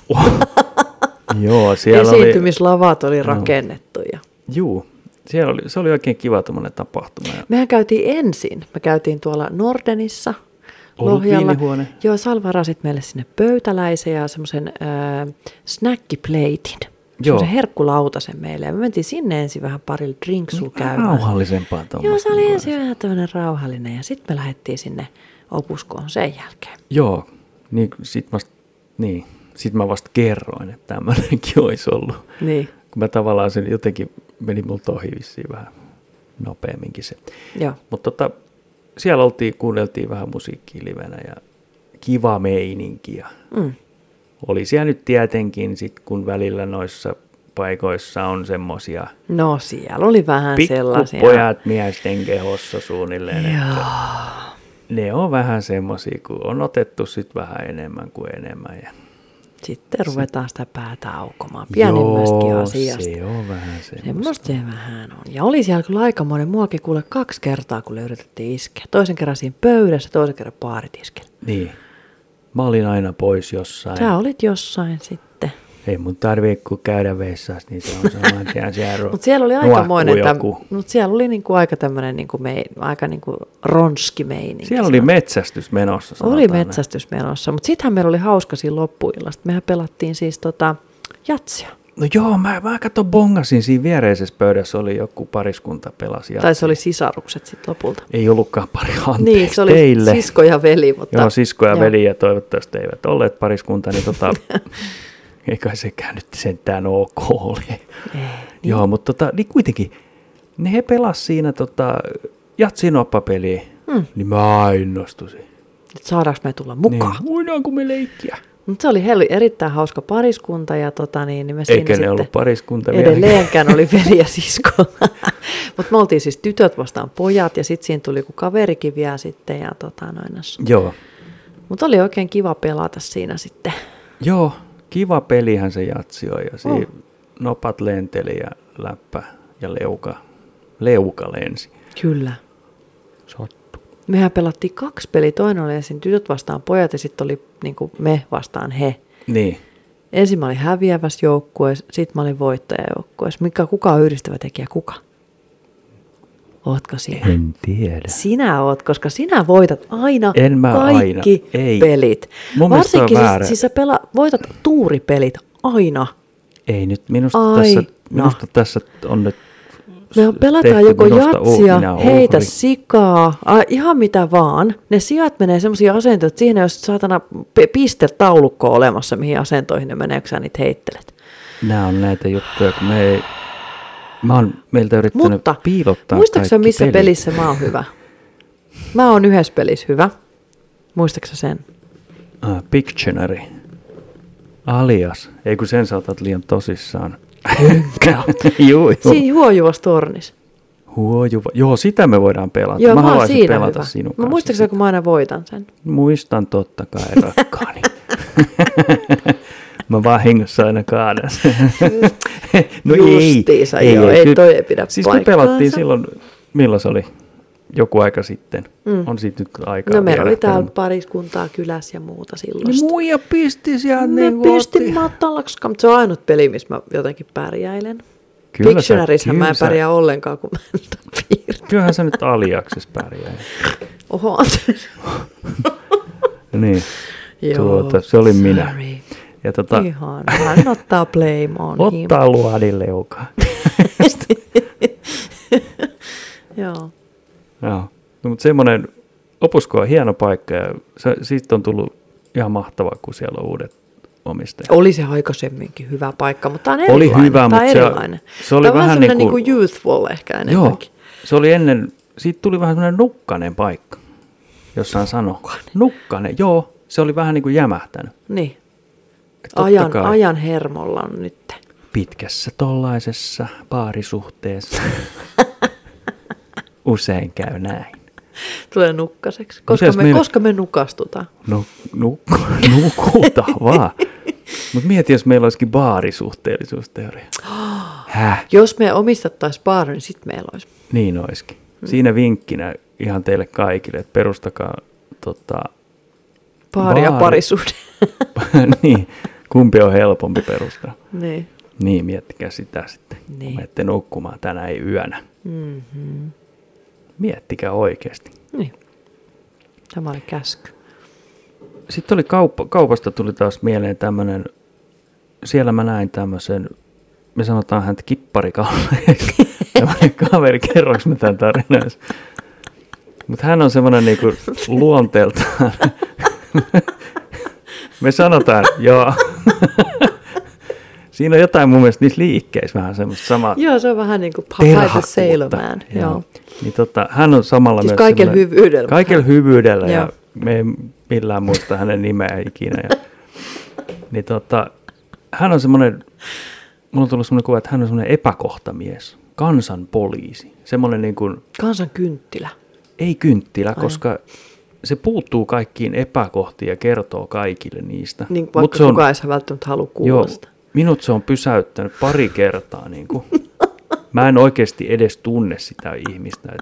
Joo, siellä esiintymislavat oli, oli rakennettu. Ja. Juu, siellä oli, se oli oikein kiva tämmöinen tapahtuma. Mehän käytiin ensin, me käytiin tuolla Nordenissa, Lohjalla. Joo, Sal varasit meille sinne pöytäläisen ja semmoisen äh, snackipleitin. Semmoisen herkkulautasen meille. Ja me mentiin sinne ensin vähän parilla drinksulla käymään. Rauhallisempaa tuommoista. Joo, se oli ensin vähän tämmöinen rauhallinen. Ja sitten me lähdettiin sinne Opuskoon sen jälkeen. Joo, niin sit mä, niin, sit mä vasta kerroin, että tämmöinenkin olisi ollut. Niin. Kun mä tavallaan sen jotenkin meni multa ohi vissiin vähän nopeamminkin se. Joo. Mutta tota, siellä oltiin, kuunneltiin vähän musiikkia livenä ja kiva meininki. Ja mm. oli siellä nyt tietenkin, sit kun välillä noissa paikoissa on semmosia. No siellä oli vähän sellaisia. Pikkupojat miesten kehossa suunnilleen. Että ne on vähän semmosia, kun on otettu sit vähän enemmän kuin enemmän. Ja sitten ruvetaan sitä päätä aukomaan pienimmästäkin joo, asiasta. se on vähän semmoista. Semmoista se vähän on. Ja oli siellä kyllä aikamoinen, muakin kuule kaksi kertaa, kun yritettiin iskeä. Toisen kerran siinä pöydässä, toisen kerran baaritiskellä. Niin. Mä olin aina pois jossain. Sä olit jossain sitten. Ei mun tarvii kun käydä vessassa, niin se on saman tien siellä. Mutta siellä oli aikamoinen, mutta siellä oli niinku aika tämmöinen niinku mei, aika niinku ronski meininki. Siellä oli metsästys menossa. Oli metsästys menossa, mutta sittenhän meillä oli hauska siinä loppuillasta. Mehän pelattiin siis tota jatsia. No joo, mä, mä katson bongasin, siinä viereisessä pöydässä oli joku pariskunta pelasi jatsia. Tai se oli sisarukset sitten lopulta. Ei ollutkaan pari, anteeksi niin, se oli teille. Sisko ja veli. Mutta joo, sisko ja joo. veli ja toivottavasti eivät olleet pariskunta, niin tota, eikä sekään nyt sentään ok oli. Ei, niin. Joo, mutta tota, niin kuitenkin, ne he pelasivat siinä tota, jatsinopapeliä, hmm. niin mä innostusin. Nyt saadaanko me tulla mukaan? Niin, voidaanko me leikkiä? Mutta se oli, he oli erittäin hauska pariskunta ja tota niin, niin me siinä eikä ne ollut pariskunta vielä. Edelleenkään oli veli ja sisko. Mutta me oltiin siis tytöt vastaan pojat ja sitten siinä tuli joku kaverikin vielä sitten ja tota noin. Joo. Mutta oli oikein kiva pelata siinä sitten. Joo, kiva pelihän se jatsi on ja siinä oh. nopat lenteli ja läppä ja leuka, leuka lensi. Kyllä. Sattu. Mehän pelattiin kaksi peliä. Toinen oli ensin tytöt vastaan pojat ja sitten oli niin kuin me vastaan he. Niin. Ensin mä olin häviävässä joukkueessa, sitten mä olin voittajajoukkueessa. Mikä, kuka on yhdistävä tekijä? Kuka? Ootko sinä? En tiedä. Sinä oot, koska sinä voitat aina en mä kaikki aina. Ei. pelit. Mun varsinkin siis, siis sä pela, voitat tuuripelit aina. Ei nyt, minusta, tässä, minusta tässä on nyt me pelataan joko jatsia, heitä sikaa, a, ihan mitä vaan. Ne sijat menee semmoisia asentoja, että siinä ei ole saatana pistetaulukko olemassa, mihin asentoihin ne menee, kun sä niitä heittelet. Nämä on näitä juttuja, kun me ei, mä oon meiltä yrittänyt Mutta, piilottaa muistaaksä missä pelit. pelissä mä oon hyvä? Mä oon yhdessä pelissä hyvä. Muistaaksä sen? Ah, Pictionary. Alias. Ei kun sen saatat liian tosissaan. Juu, juu. Siinä huojuvassa tornissa. Huojuva. Joo, sitä me voidaan pelata. Joo, mä, mä haluaisin siinä pelata hyvä. sinun kanssa. Muistatko kun mä aina voitan sen? Muistan totta kai, rakkaani. Mä vahingossa aina kaadan sen. No justiisa, ei, joo, ei, ei toi ei pidä siis me pelattiin silloin, milloin se oli? Joku aika sitten. Mm. On siitä nyt aikaa. No meillä oli täällä pariskuntaa kylässä ja muuta silloin. Niin muija pisti sieltä. Mä niin pistin matalaksi, mutta se on ainut peli, missä mä jotenkin pärjäilen. Pictionaryssä mä en pärjää ollenkaan, kun mä en piirtä. Kyllähän sä nyt aliaksessa pärjäilet. Oho, niin. Joo, tuota, se oli sorry. minä. Ja tota, ihan, hän ottaa blame on him. Ottaa luodin leukaa. Joo. Joo, no, mutta semmoinen Opusko on hieno paikka ja se, siitä on tullut ihan mahtavaa, kun siellä on uudet omistaja. Oli se aikaisemminkin hyvä paikka, mutta tämä on erilainen. Oli hyvä, tämä mutta erilainen. Se, se oli tämä vähän niin kuin... kuin youthful ehkä enemmänkin. Joo, se oli ennen, siitä tuli vähän semmoinen nukkanen paikka, jossain sanoo. Nukkanen. Nukkanen, joo, se oli vähän niin kuin jämähtänyt. Niin, ajan, ajan hermolla on nyt. Pitkässä tollaisessa baarisuhteessa usein käy näin. Tulee nukkaseksi. Koska me, meillä... koska me nukastutaan? No, nuk- nukuta vaan. Mutta mieti, jos meillä olisikin baarisuhteellisuusteoria. Häh? Jos me omistattaisiin baari, niin sitten meillä olisi. Niin olisikin. Siinä vinkkinä ihan teille kaikille, että perustakaa tota, baari ja parisuhde. Niin, kumpi on helpompi perustaa. Niin. Niin, miettikää sitä sitten. Niin. Menette nukkumaan tänä ei yönä. Mm-hmm. Miettikää oikeasti. Niin. Tämä oli käsky. Sitten oli kauppa, kaupasta tuli taas mieleen tämmöinen, siellä mä näin tämmöisen, me sanotaan häntä kipparikalleeksi. Tämmöinen kaveri, kerroinko mä tämän tarinan? Mutta hän on semmoinen niinku luonteeltaan. Me sanotaan, joo. Siinä on jotain mun mielestä niissä liikkeissä vähän semmoista samaa. Joo, se on vähän niin kuin Popeye the Sailor Man. Joo. Joo. Niin tota, hän on samalla siis myös kaikella hyvyydellä. Kaikella hyvyydellä ja me ei millään muista hänen nimeä ikinä. Ja, niin tota, hän on semmoinen, mulla on tullut semmoinen kuva, että hän on semmoinen epäkohtamies, kansanpoliisi. Semmoinen niin kuin... Kansan kynttilä. Ei kynttilä, Ai. koska se puuttuu kaikkiin epäkohtiin ja kertoo kaikille niistä. Niin, vaikka se on, kukaan ei välttämättä halua kuulla sitä. Minut se on pysäyttänyt pari kertaa. Niin kuin. Mä en oikeasti edes tunne sitä ihmistä.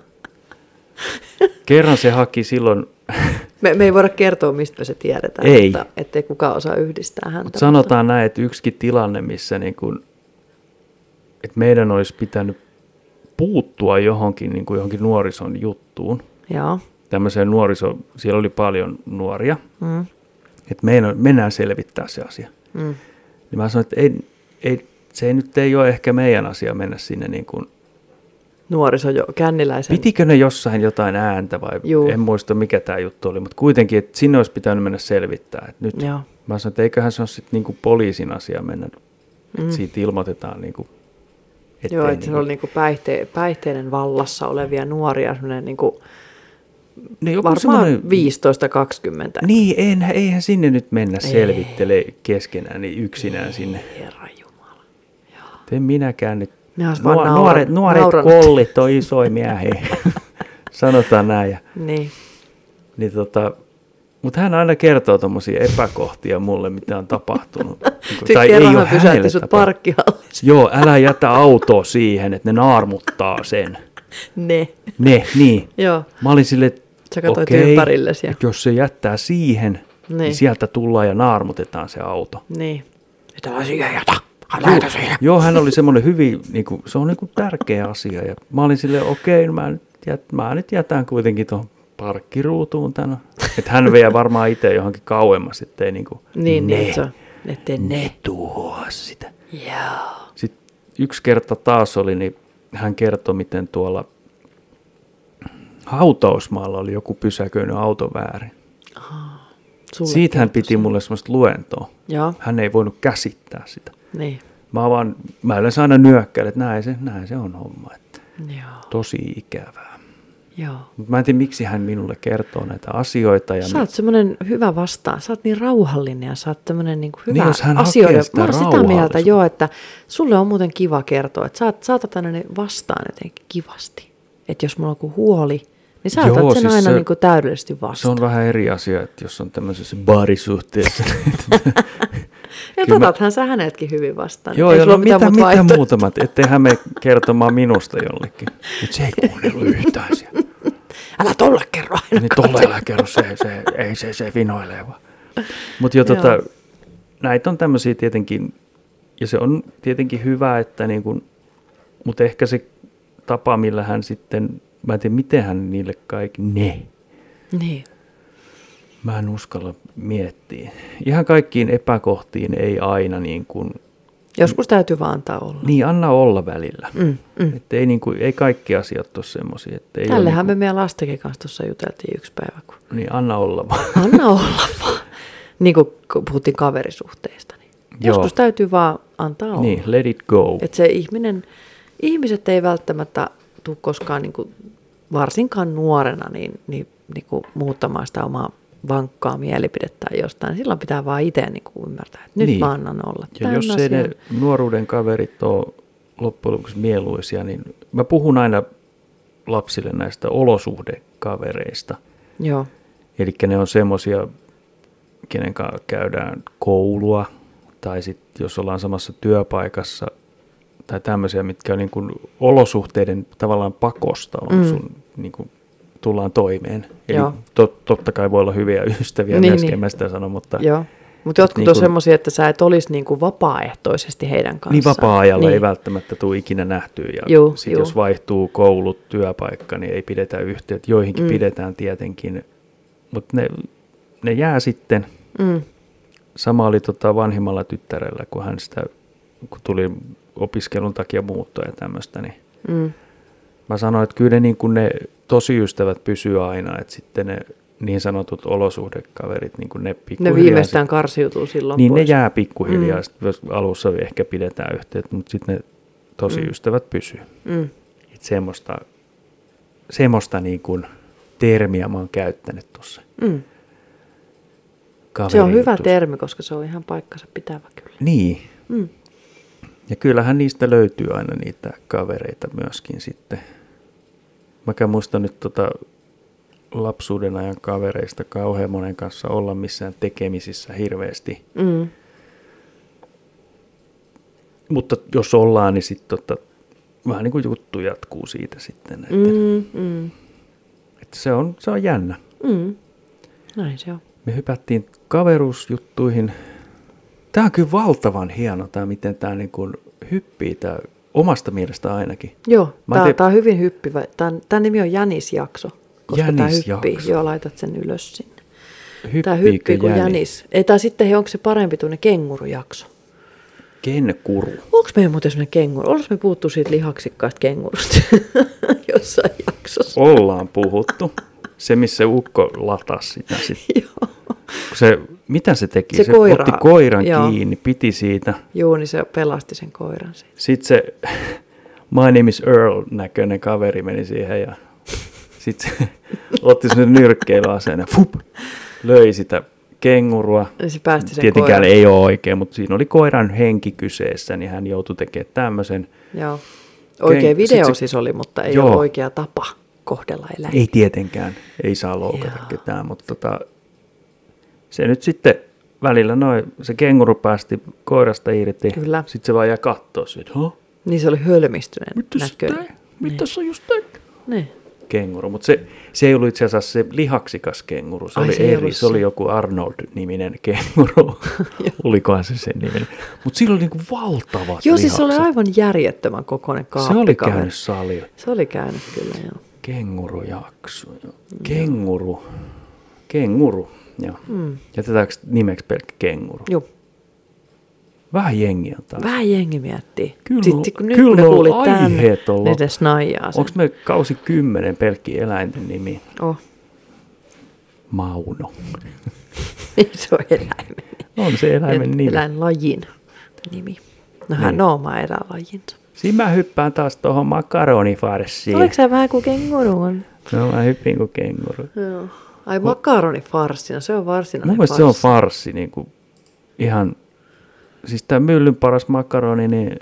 Kerran se haki silloin... Me, me ei voida kertoa, mistä me se tiedetään, ei. Mutta ettei kukaan osaa yhdistää häntä. Mut sanotaan näin, että yksikin tilanne, missä niin kuin, että meidän olisi pitänyt puuttua johonkin, niin kuin johonkin nuorison juttuun. Joo. Tämmöiseen nuoriso, siellä oli paljon nuoria, mm. että meidän, mennään selvittää se asia. Mm. Niin mä sanoin, että ei, ei, se ei nyt ei ole ehkä meidän asia mennä sinne niin kuin... Nuoriso jo, känniläisen. Pitikö ne jossain jotain ääntä vai Juu. En muista mikä tämä juttu oli, mutta kuitenkin, että sinne olisi pitänyt mennä selvittää. Että nyt Joo. Mä sanoin, että eiköhän se ole sitten niin kuin poliisin asia mennä, että mm. siitä ilmoitetaan niin kuin... Joo, että niin se oli niin kuin päihte, päihteiden vallassa olevia nuoria, semmoinen niin kuin... Niin, varmaan viisitoista kaksikymmentä. Niin, eihän, eihän sinne nyt mennä ei. Selvittele keskenään niin yksinään ei, sinne. Herra Jumala. En minäkään nyt. Nuor, nauran, nuoret nuoret kollit on isoja miehiä. Sanotaan näin. Niin. Niin tota, mutta hän aina kertoo tommosia epäkohtia mulle, mitä on tapahtunut. Sitten tai kerran hän pysäytti sut parkkihallissa. Joo, älä jätä autoa siihen, että ne naarmuttaa sen. Ne. Ne, niin. Joo. Mä olin silleen, että okei, ympärillesi. Että jos se jättää siihen, niin. niin sieltä tullaan ja naarmutetaan se auto. Niin. Että älä siihen jätä. Joo, joo, hän oli semmoinen hyvin, niin kuin, se on niin kuin tärkeä asia. Ja mä olin silleen, okei, mä nyt, jät, mä nyt jätän kuitenkin tuohon parkkiruutuun tänne. Että hän vie varmaan itse johonkin kauemmas, ettei niin kuin niin, ne, niin, ettei ne, ne tuhoa sitä. Joo. Sitten yksi kerta taas oli, niin hän kertoi, miten tuolla hautausmaalla oli joku pysäköinyt auton väärin. Aha, siitä hän piti mulle semmoista luentoa. Joo. Hän ei voinut käsittää sitä. Niin. Mä vaan, mä yleensä aina nyökkäilen, että näin se, näin se on homma. Että Joo. Tosi ikävää. Joo. Mutta mä en tiedä, miksi hän minulle kertoo näitä asioita. Ja sä oot me... semmoinen hyvä vastaan. Sä oot niin rauhallinen ja sä oot tämmöinen niin hyvä niin, jos hän asioiden. Mä oon sitä mieltä jo, että sulle on muuten kiva kertoa. Että sä oot, sä otat aina ne vastaan jotenkin kivasti. Että jos mulla on joku huoli, niin sä otat sen siis aina se, niin kuin täydellisesti vastaan. Se on vähän eri asia, että jos on tämmöisessä baarisuhteessa. Ja totathan sä hänetkin hyvin vastaan. Joo, ja no mitä, mitä muutamat, ettei hän mene kertomaan minusta jollekin. Nyt se ei kuunnellut yhtään siellä. Älä tolle kerro aina. Niin tolle älä kerro, se, se, ei se, se vinoilee vaan. Mutta jo tota, näitä on tämmöisiä tietenkin, ja se on tietenkin hyvä, että niin kun, mutta ehkä se tapa, millä hän sitten, mä en tiedä, miten hän niille kaikki, ne. Niin. Mä en uskalla miettiä. Ihan kaikkiin epäkohtiin ei aina niin kuin... Joskus täytyy vaan antaa olla. Niin, anna olla välillä. Mm, mm. Että ei, niin kuin, ei kaikki asiat ole semmoisia. Tällehän niin me meidän lastenkin kanssa tuossa juteltiin yksi päivä. Kun... Niin, anna olla vaan. Anna olla vaan. Niin kuin puhuttiin kaverisuhteista. Niin joskus täytyy vaan antaa olla. Niin, let it go. Että se ihminen, ihmiset ei välttämättä tule koskaan, niin kuin, varsinkaan nuorena, niin, niin, niin kuin muuttamaan sitä omaa vankkaa mielipidettä jostain. Silloin pitää vaan itse niin kuin ymmärtää, että nyt niin. Mä annan olla. Ja jos ei ne nuoruuden kaverit ole loppujen lopuksi mieluisia, niin mä puhun aina lapsille näistä olosuhdekavereista. Joo. Eli ne on semmoisia, kenen kanssa käydään koulua, tai sitten jos ollaan samassa työpaikassa, tai tämmöisiä, mitkä on niin kuin olosuhteiden tavallaan pakosta on mm. sun, niin kuin tullaan toimeen. Eli tot, totta kai voi olla hyviä ystäviä niin, myöskin, niin. Mä sitä sano, mutta... Joo. Mutta jotkut niin on semmoisia, että sä et olisi niin kuin vapaaehtoisesti heidän kanssaan. Niin vapaa-ajalla niin. Ei välttämättä tule ikinä nähtyä. Ja sitten jos vaihtuu koulut, työpaikka, niin ei pidetä yhteyttä. Joihinkin mm. pidetään tietenkin, mutta ne, ne jää sitten. Mm. Sama oli tota vanhimmalla tyttärellä, kun hän sitä, kun tuli opiskelun takia muuttoa ja tämmöistä, niin mm. mä sanoin, että kyllä ne, niin kuin ne tosiystävät pysyy aina, että sitten ne niin sanotut olosuhdekaverit, niin kuin ne pikkuhiljaa... Ne viimeistään karsiutuu silloin Niin pois. Ne jää pikkuhiljaa, mm. alussa ehkä pidetään yhteyttä, mutta sitten ne tosiystävät mm. pysyy. Mm. Että semmoista, semmoista niin kuin termiä mä oon käyttänyt tuossa. Mm. Se on hyvä termi, koska se on ihan paikkansa pitävä kyllä. Niin. Mm. Ja kyllähän niistä löytyy aina niitä kavereita myöskin sitten. Mäkään muistan nyt tota lapsuuden ajan kavereista kauhean monen kanssa olla missään tekemisissä hirveästi. Mm. Mutta jos ollaan, niin sitten tota, vähän niin kuin juttu jatkuu siitä sitten. Että, mm, mm. että se, on, se on jännä. Mm. Näin se on. Me hypättiin kaveruusjuttuihin. Tämä on kyllä valtavan hieno, tämä, miten tämä niin kuin hyppii, tämä omasta mielestä ainakin. Joo, tämä, te... tämä on hyvin hyppivä. Tämän, tämän nimi on Jänisjakso, koska Jänis tämä hyppii. Jakso. Joo, laitat sen ylös sinne. Hyppiikö tämä hyppii kuin jänis? jänis. Ei, tai sitten he, onko se parempi tuonne kengurujakso? Kenguru. Onko meidän muuten sellainen kenguru? Ollaanko me puhuttu siitä lihaksikkaasta kengurusta jossain jaksossa? Ollaan puhuttu. Se, missä ukko latasi sitä sitten. Joo. Se, mitä se teki? Se, se koira, otti koiran joo. kiinni, piti siitä. Joo, niin se pelasti sen koiran siitä. Sitten se My name is Earl -näköinen kaveri meni siihen ja sitten se otti sen nyrkkeilyaseen ja fup, löi sitä kengurua. Ja se päästi sen Tietenkään koiran. Ei ole oikein, mutta siinä oli koiran henki kyseessä, niin hän joutui tekemään tämmöisen. Joo. Oikea Ken- video se, siis oli, mutta ei joo. ole oikea tapa kohdella eläimiä. Ei tietenkään, ei saa loukata joo. ketään, mutta tota, se nyt sitten välillä noin, se kenguru päästi koirasta irti, kyllä. Sitten se vaan jää kattoo siitä, huh? Niin se oli hölmistyneen Mitäs näköinen. Mitä sä just tein? Niin. Kenguru, mutta se, se ei ollut itse asiassa se lihaksikas kenguru, se Ai, oli se eri, se oli joku Arnold-niminen kenguru, olikohan se sen niminen, mutta sillä oli niinku valtavat Joo, lihakset. Siis se oli aivan järjettömän kokoinen kaappi. Se oli käynyt salilla. Se oli käynyt kyllä, joo. Kengurujakso, joo. Kenguru, kenguru, joo. Mm. Jätetäänkö nimeksi pelkkä kenguru? Joo. Vähän jengiä taas. Vähän jengi miettii. Kyllä, Sitten kun nyt kyllä kun ne kuulit tämän, niin ne snaijaa sen. Onko me kausi kymmenen pelkkiä eläinten nimi? Oh. Mauno. Se on eläimen nimi. On se eläimen nimi. Eläinlajin nimi. No hän niin. on oma eläinlajinsa. Siinä mä hyppään taas tuohon makaronifarssiin. Oliko sä vähän kuin kenguru on? No mä hyppin kuin kenguru. Joo. Ai makaronifarssina, se on varsinainen mun mielestä farssi. Se on farssi niin kuin ihan... Siis tämä myllyn paras makaroni, niin...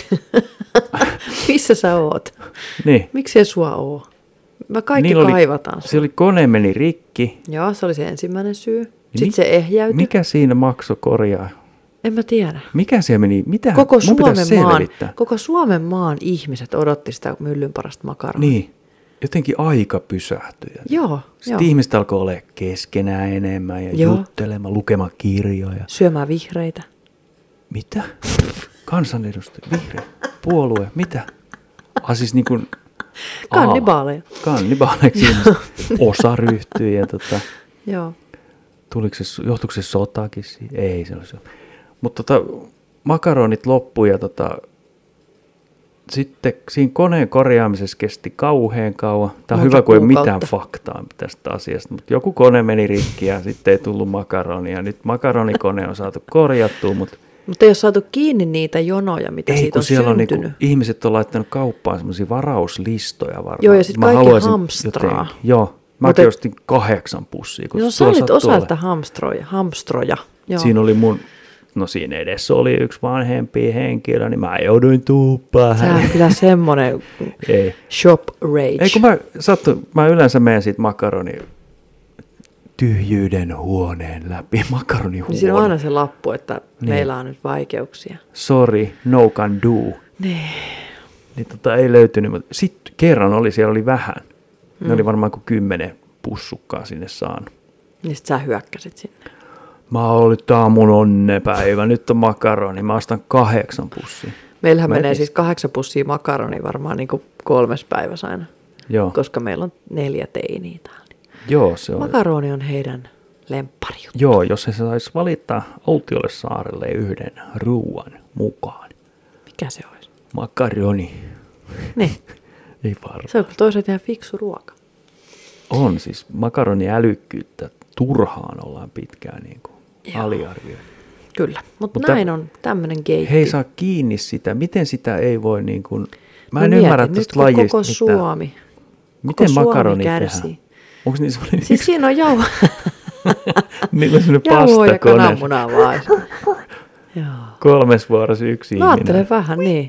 Missä sä oot? Niin. Miksi ei sua oo? Mä kaikki Niillä kaivataan. Oli, se oli, kone meni rikki. Joo, se oli se ensimmäinen syy. Sitten mi- se ehjäytyi. Mikä siinä maksoi korjaa? En mä tiedä. Mikä siellä meni? Mitä? Koko Suomen, maan, koko Suomen maan ihmiset odotti sitä myllyn parasta makaronia. Niin. Jotenkin aika pysähtyi. Joo. Sitten jo. ihmiset alkoi olla keskenään enemmän ja joo. juttelemaan, lukemaan kirjoja. Syömään vihreitä. Mitä? Kansanedustaja, vihreä, puolue, mitä? Ah siis niin kuin... Kannibaaleja. Kannibaaleiksi osa ryhtyi ja tota... Joo. Tuliko se, johtuiko se sotakin siitä? Ei se olisi. Mutta tota, makaronit loppui ja tota... sitten siinä koneen korjaamisessa kesti kauhean kauan. Tämä on Monta hyvä, kun ei ole kuukautta. mitään faktaa tästä asiasta. Mutta joku kone meni rikki ja sitten ei tullut makaronia. Nyt makaronikone on saatu korjattua, mutta Mutta ei ole saatu kiinni niitä jonoja, mitä ei, siitä kun on siellä on syntynyt. niinku, ihmiset on laittanut kauppaan semmoisia varauslistoja varmaan. Joo, ja sit Mä kaikki haluaisin hamstraa. jotenkin- Joo, mä Mut et- ostin kahdeksan pussia. kun No sä tuolla olit sattuu osa olemaan. sitä hamstroja. hamstroja. Joo. Siinä oli mun, no siinä edessä oli yksi vanhempi henkilö, niin mä jouduin tuuppaan. Sä on kyllä semmoinen Ei. shop rage. Ei kun mä sattu, mä yleensä menen siitä makaroni tyhjyyden huoneen läpi, makaronihuone. Niin siinä on aina se lappu, että Niin. meillä on nyt vaikeuksia. Sorry, no can do. Niin. Niin tota ei löytynyt, mutta sitten kerran oli, siellä oli vähän. Ne Mm. oli varmaan kuin kymmenen pussukkaa sinne saanut. Niin sit sä hyökkäsit sinne. Mä olin, tää on mun onnepäivä, nyt on makaroni, mä ostan kahdeksan pussia. Meillähän Mä menee etin- siis kahdeksan pussia makaronia varmaan niin kuin kolmes päivässä aina, Joo, koska meillä on neljä teiniä täällä. joo, se on. Makaroni on heidän lemppariuttu. Joo, jos he sais valittaa Autiolle saarelle yhden ruuan mukaan. Mikä se olisi? Makaroni. Niin, Ei varmaan. se on kyllä toisaalta ihan fiksu ruoka. On siis makaroni älykkyyttä. Turhaan ollaan pitkään niin kuin Joo. aliarvioitu. Kyllä, mutta Mutta näin on tämmöinen geitti. He ei saa kiinni sitä. Miten sitä ei voi niin kuin... Mä No en mieti, ymmärrä nyt tästä kun lajista koko mitään. Suomi, Miten Suomi makaroni kärsii. tehdään? Onko niin semmoinen Siis siinä on jauho, niillä on semmoinen jauhoa ja pastakone? kananmunaa vaan. Joo. Kolmes vuorossa yksi No ihminen. ajattele vähän, niin.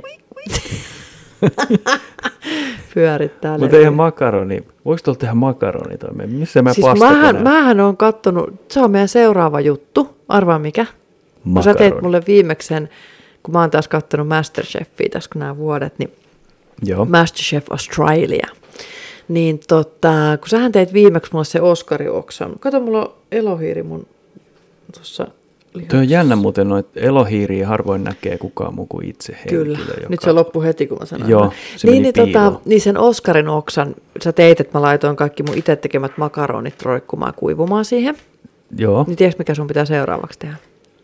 Pyörittää Mutta eihän makaroni. Voiko tuolla tehdä makaroni toimeen? Missä mä Siis pastakone? mähän, mähän on kattonut, se on meidän seuraava juttu, arvaa mikä? Kun sä teet mulle viimeksen, kun mä oon taas kattonut Masterchefia tässä kun nämä vuodet, niin Joo. Masterchef Australia. Niin tota, kun sähän teit viimeksi mulle se Oskari-oksan. Kato, mulla on elohiiri mun tuossa Tuo on jännä muuten, noita elohiiriä harvoin näkee kukaan muu kuin itse henkilö. Kyllä, joka... nyt se loppui heti, kun mä sanoin. Joo, se niin, meni niin, tota, piiloon. niin sen Oskarin oksan sä teit, että mä laitoin kaikki mun itse tekemät makaronit roikkumaan kuivumaan siihen. Joo, Niin tiedätkö, mikä sun pitää seuraavaksi tehdä?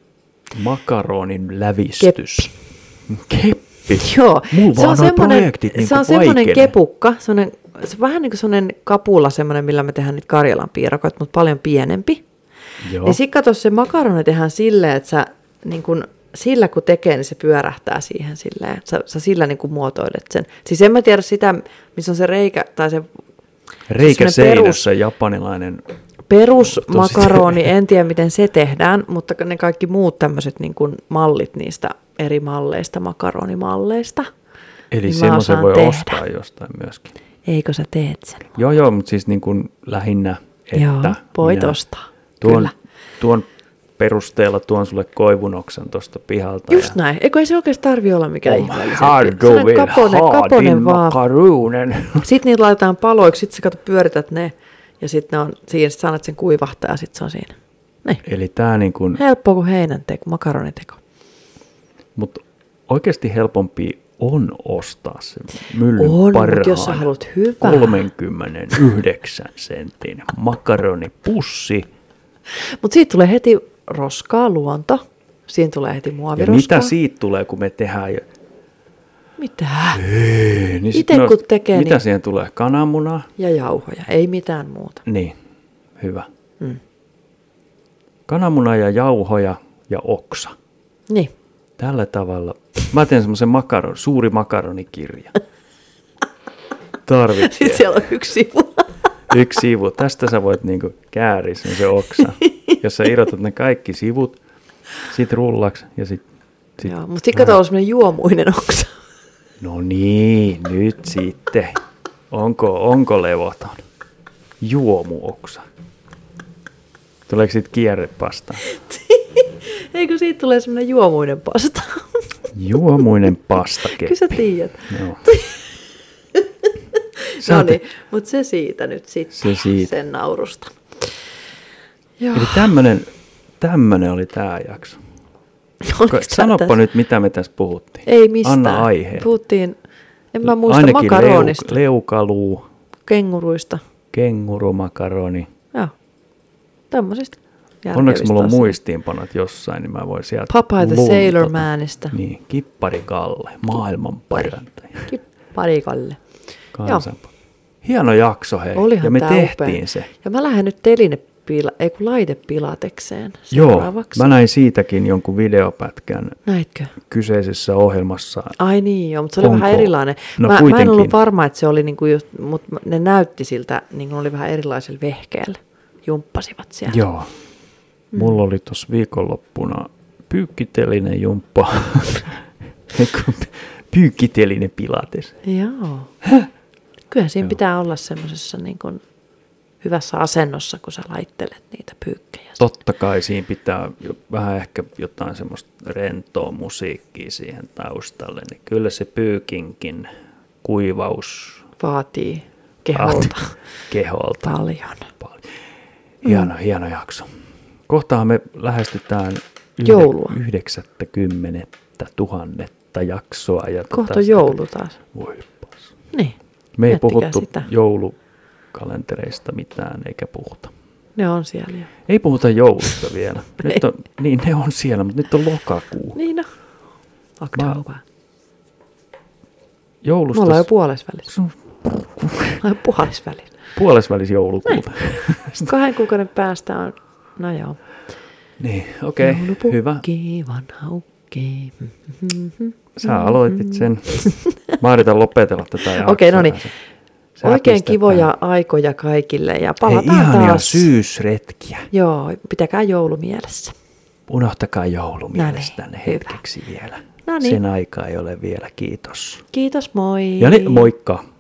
makaronin lävistys. Keppi. Joo, Mulla se vaan on noi semmoinen, projektit niinku se on semmoinen vaikenee. kepukka, semmoinen, se on vähän niin kuin semmoinen kapula, semmoinen, millä me tehdään niitä Karjalan piirakoita, mutta paljon pienempi. Joo. Ja sitten kato, se makaroni tehdään silleen, että sä niin kun, sillä kun tekee, niin se pyörähtää siihen silleen. Sä, sä sillä niin kuin muotoilet sen. Siis en mä tiedä sitä, missä on se reikä tai se Reikä siis semmoinen seinässä, japanilainen. perusmakaroni, en tiedä miten se tehdään, mutta ne kaikki muut tämmöiset niin kuin mallit niistä eri malleista, makaronimalleista. Eli Niin mä semmoisen osaan voi tehdä. ostaa jostain myöskin. Eikö sä teet sen? Joo, joo, mutta siis niin kuin lähinnä, että Joo, voit minä ostaa. Tuon, Kyllä. tuon perusteella tuon sulle koivunoksan tuosta pihalta. Just näin. Eikö ei se oikeasti tarvi olla mikään ihmeellisempi? Hardovin Sellainen kaponen, kaponen haadin vaan. makaruunen. Sitten niitä laitetaan paloiksi, sitten sä kato pyörität ne ja sitten ne on siinä, sit sä annat sen kuivahtaa ja sitten se on siinä. Niin. Eli tää niin kuin, Helppo kuin heinän teko, makaroniteko. mutta oikeasti helpompi on ostaa se myllyn On, parhaan mutta jos sä haluat hyvää. kolmekymmentäyhdeksän sentin makaronipussi. Mutta siitä tulee heti roskaa, luonto. Siinä tulee heti Ja muoviroskaa. mitä siitä tulee, kun me tehdään? jo- Mitä? Ei, niin sit Ite ne kun on- tekee, Mitä niin- siihen tulee? Kananmunaa? Ja jauhoja, ei mitään muuta. Niin, hyvä. Mm. Kananmuna ja jauhoja ja oksa. Niin. Tällä tavalla. Mä teen semmoisen makaron, suuri makaronikirja. Tarvitsee. Sitten siellä on yksi sivu. Yksi sivu. Tästä sä voit niinku kääriä sen se oksa. Jos sä irrotat ne kaikki sivut, sit rullaks ja sit... sit Joo, mutta sitten kato, on semmoinen juomuinen oksa. No niin, nyt sitten. Onko, onko levoton? Juomuoksa. Tuleeko siitä kierrepasta? Eikö siitä tulee semmoinen juomuinen pasta? Juomuinen pastakeppi. Kyllä sä tiedät. Joo. Sä No oot- niin, mutta se siitä nyt sitten, Se siitä. sen naurusta. Joo. Eli tämmönen, tämmönen oli tää jakso. Oliko tää Sanoppa tässä? nyt, mitä me tässä puhuttiin. Ei mistään. Anna aiheen. Puhuttiin, en mä muista, Ainakin makaronista, leuk- leukaluu, kenguruista. kengurumakaroni. Joo, tämmöisistä. Onneksi mulla on muistiinpanot jossain, niin mä voin sieltä Popeye the Sailor Manista. Niin, Kippari Kalle, maailman parantaja. Kippari Kalle. Kansanpa. Hieno jakso, hei. Olihan ja me tehtiin upea. se. Ja mä lähden nyt telinepila, ei kun laitepilatekseen seuraavaksi. Joo, mä näin siitäkin jonkun videopätkän. Näitkö? Kyseisessä ohjelmassa. Ai niin joo, mutta se oli Onko? vähän erilainen. No, mä, mä en ollut varma, että se oli, niinku just, mutta ne näytti siltä, niin kuin oli vähän erilaisella vehkeellä. Jumppasivat siellä. Joo. Mulla mm. oli tuossa viikonloppuna pyykkitelinen jumppa. Pyykkitelinen pilates. Joo. Kyllä siinä Joo. pitää olla semmoisessa niin kuin hyvässä asennossa, kun sä laittelet niitä pyykkejä. Totta kai siinä pitää vähän ehkä jotain semmoista rentoa musiikkia siihen taustalle. Niin kyllä se pyykinkin kuivaus vaatii keholta. keholta. Paljon. Paljon. Hieno, mm. hieno jakso. Kohtahan me lähestytään joulua. yhdeksänkymmentä tuhannetta jaksoa. Ja Kohta tota joulu taas. Voipas. Niin. Me ei puhuttu sitä. joulukalentereista mitään, eikä puhuta. Ne on siellä jo. Ei puhuta joulusta vielä. Nyt on, niin, ne on siellä, mutta nyt on lokakuu. Niin no. Oktober. Joulusta. Me ollaan jo puolesvälissä. Ollaan puolesvälissä. Puolesvälissä joulukuuta. Kahden kuukauden päästä on, no joo. Niin, okei, okay, hyvä. Vanha ukki. Sä aloitit sen. Mä yritän lopetella tätä jaksoa. Okei, okay, no niin. Oikein kivoja aikoja kaikille ja palataan Hei, ihania taas. syysretkiä. Joo, pitäkää joulu mielessä. Unohtakaa joulu mielestänne hetkeksi hyvä. vielä. Noniin. Sen aikaa ei ole vielä, kiitos. Kiitos, moi. Ja niin, moikka.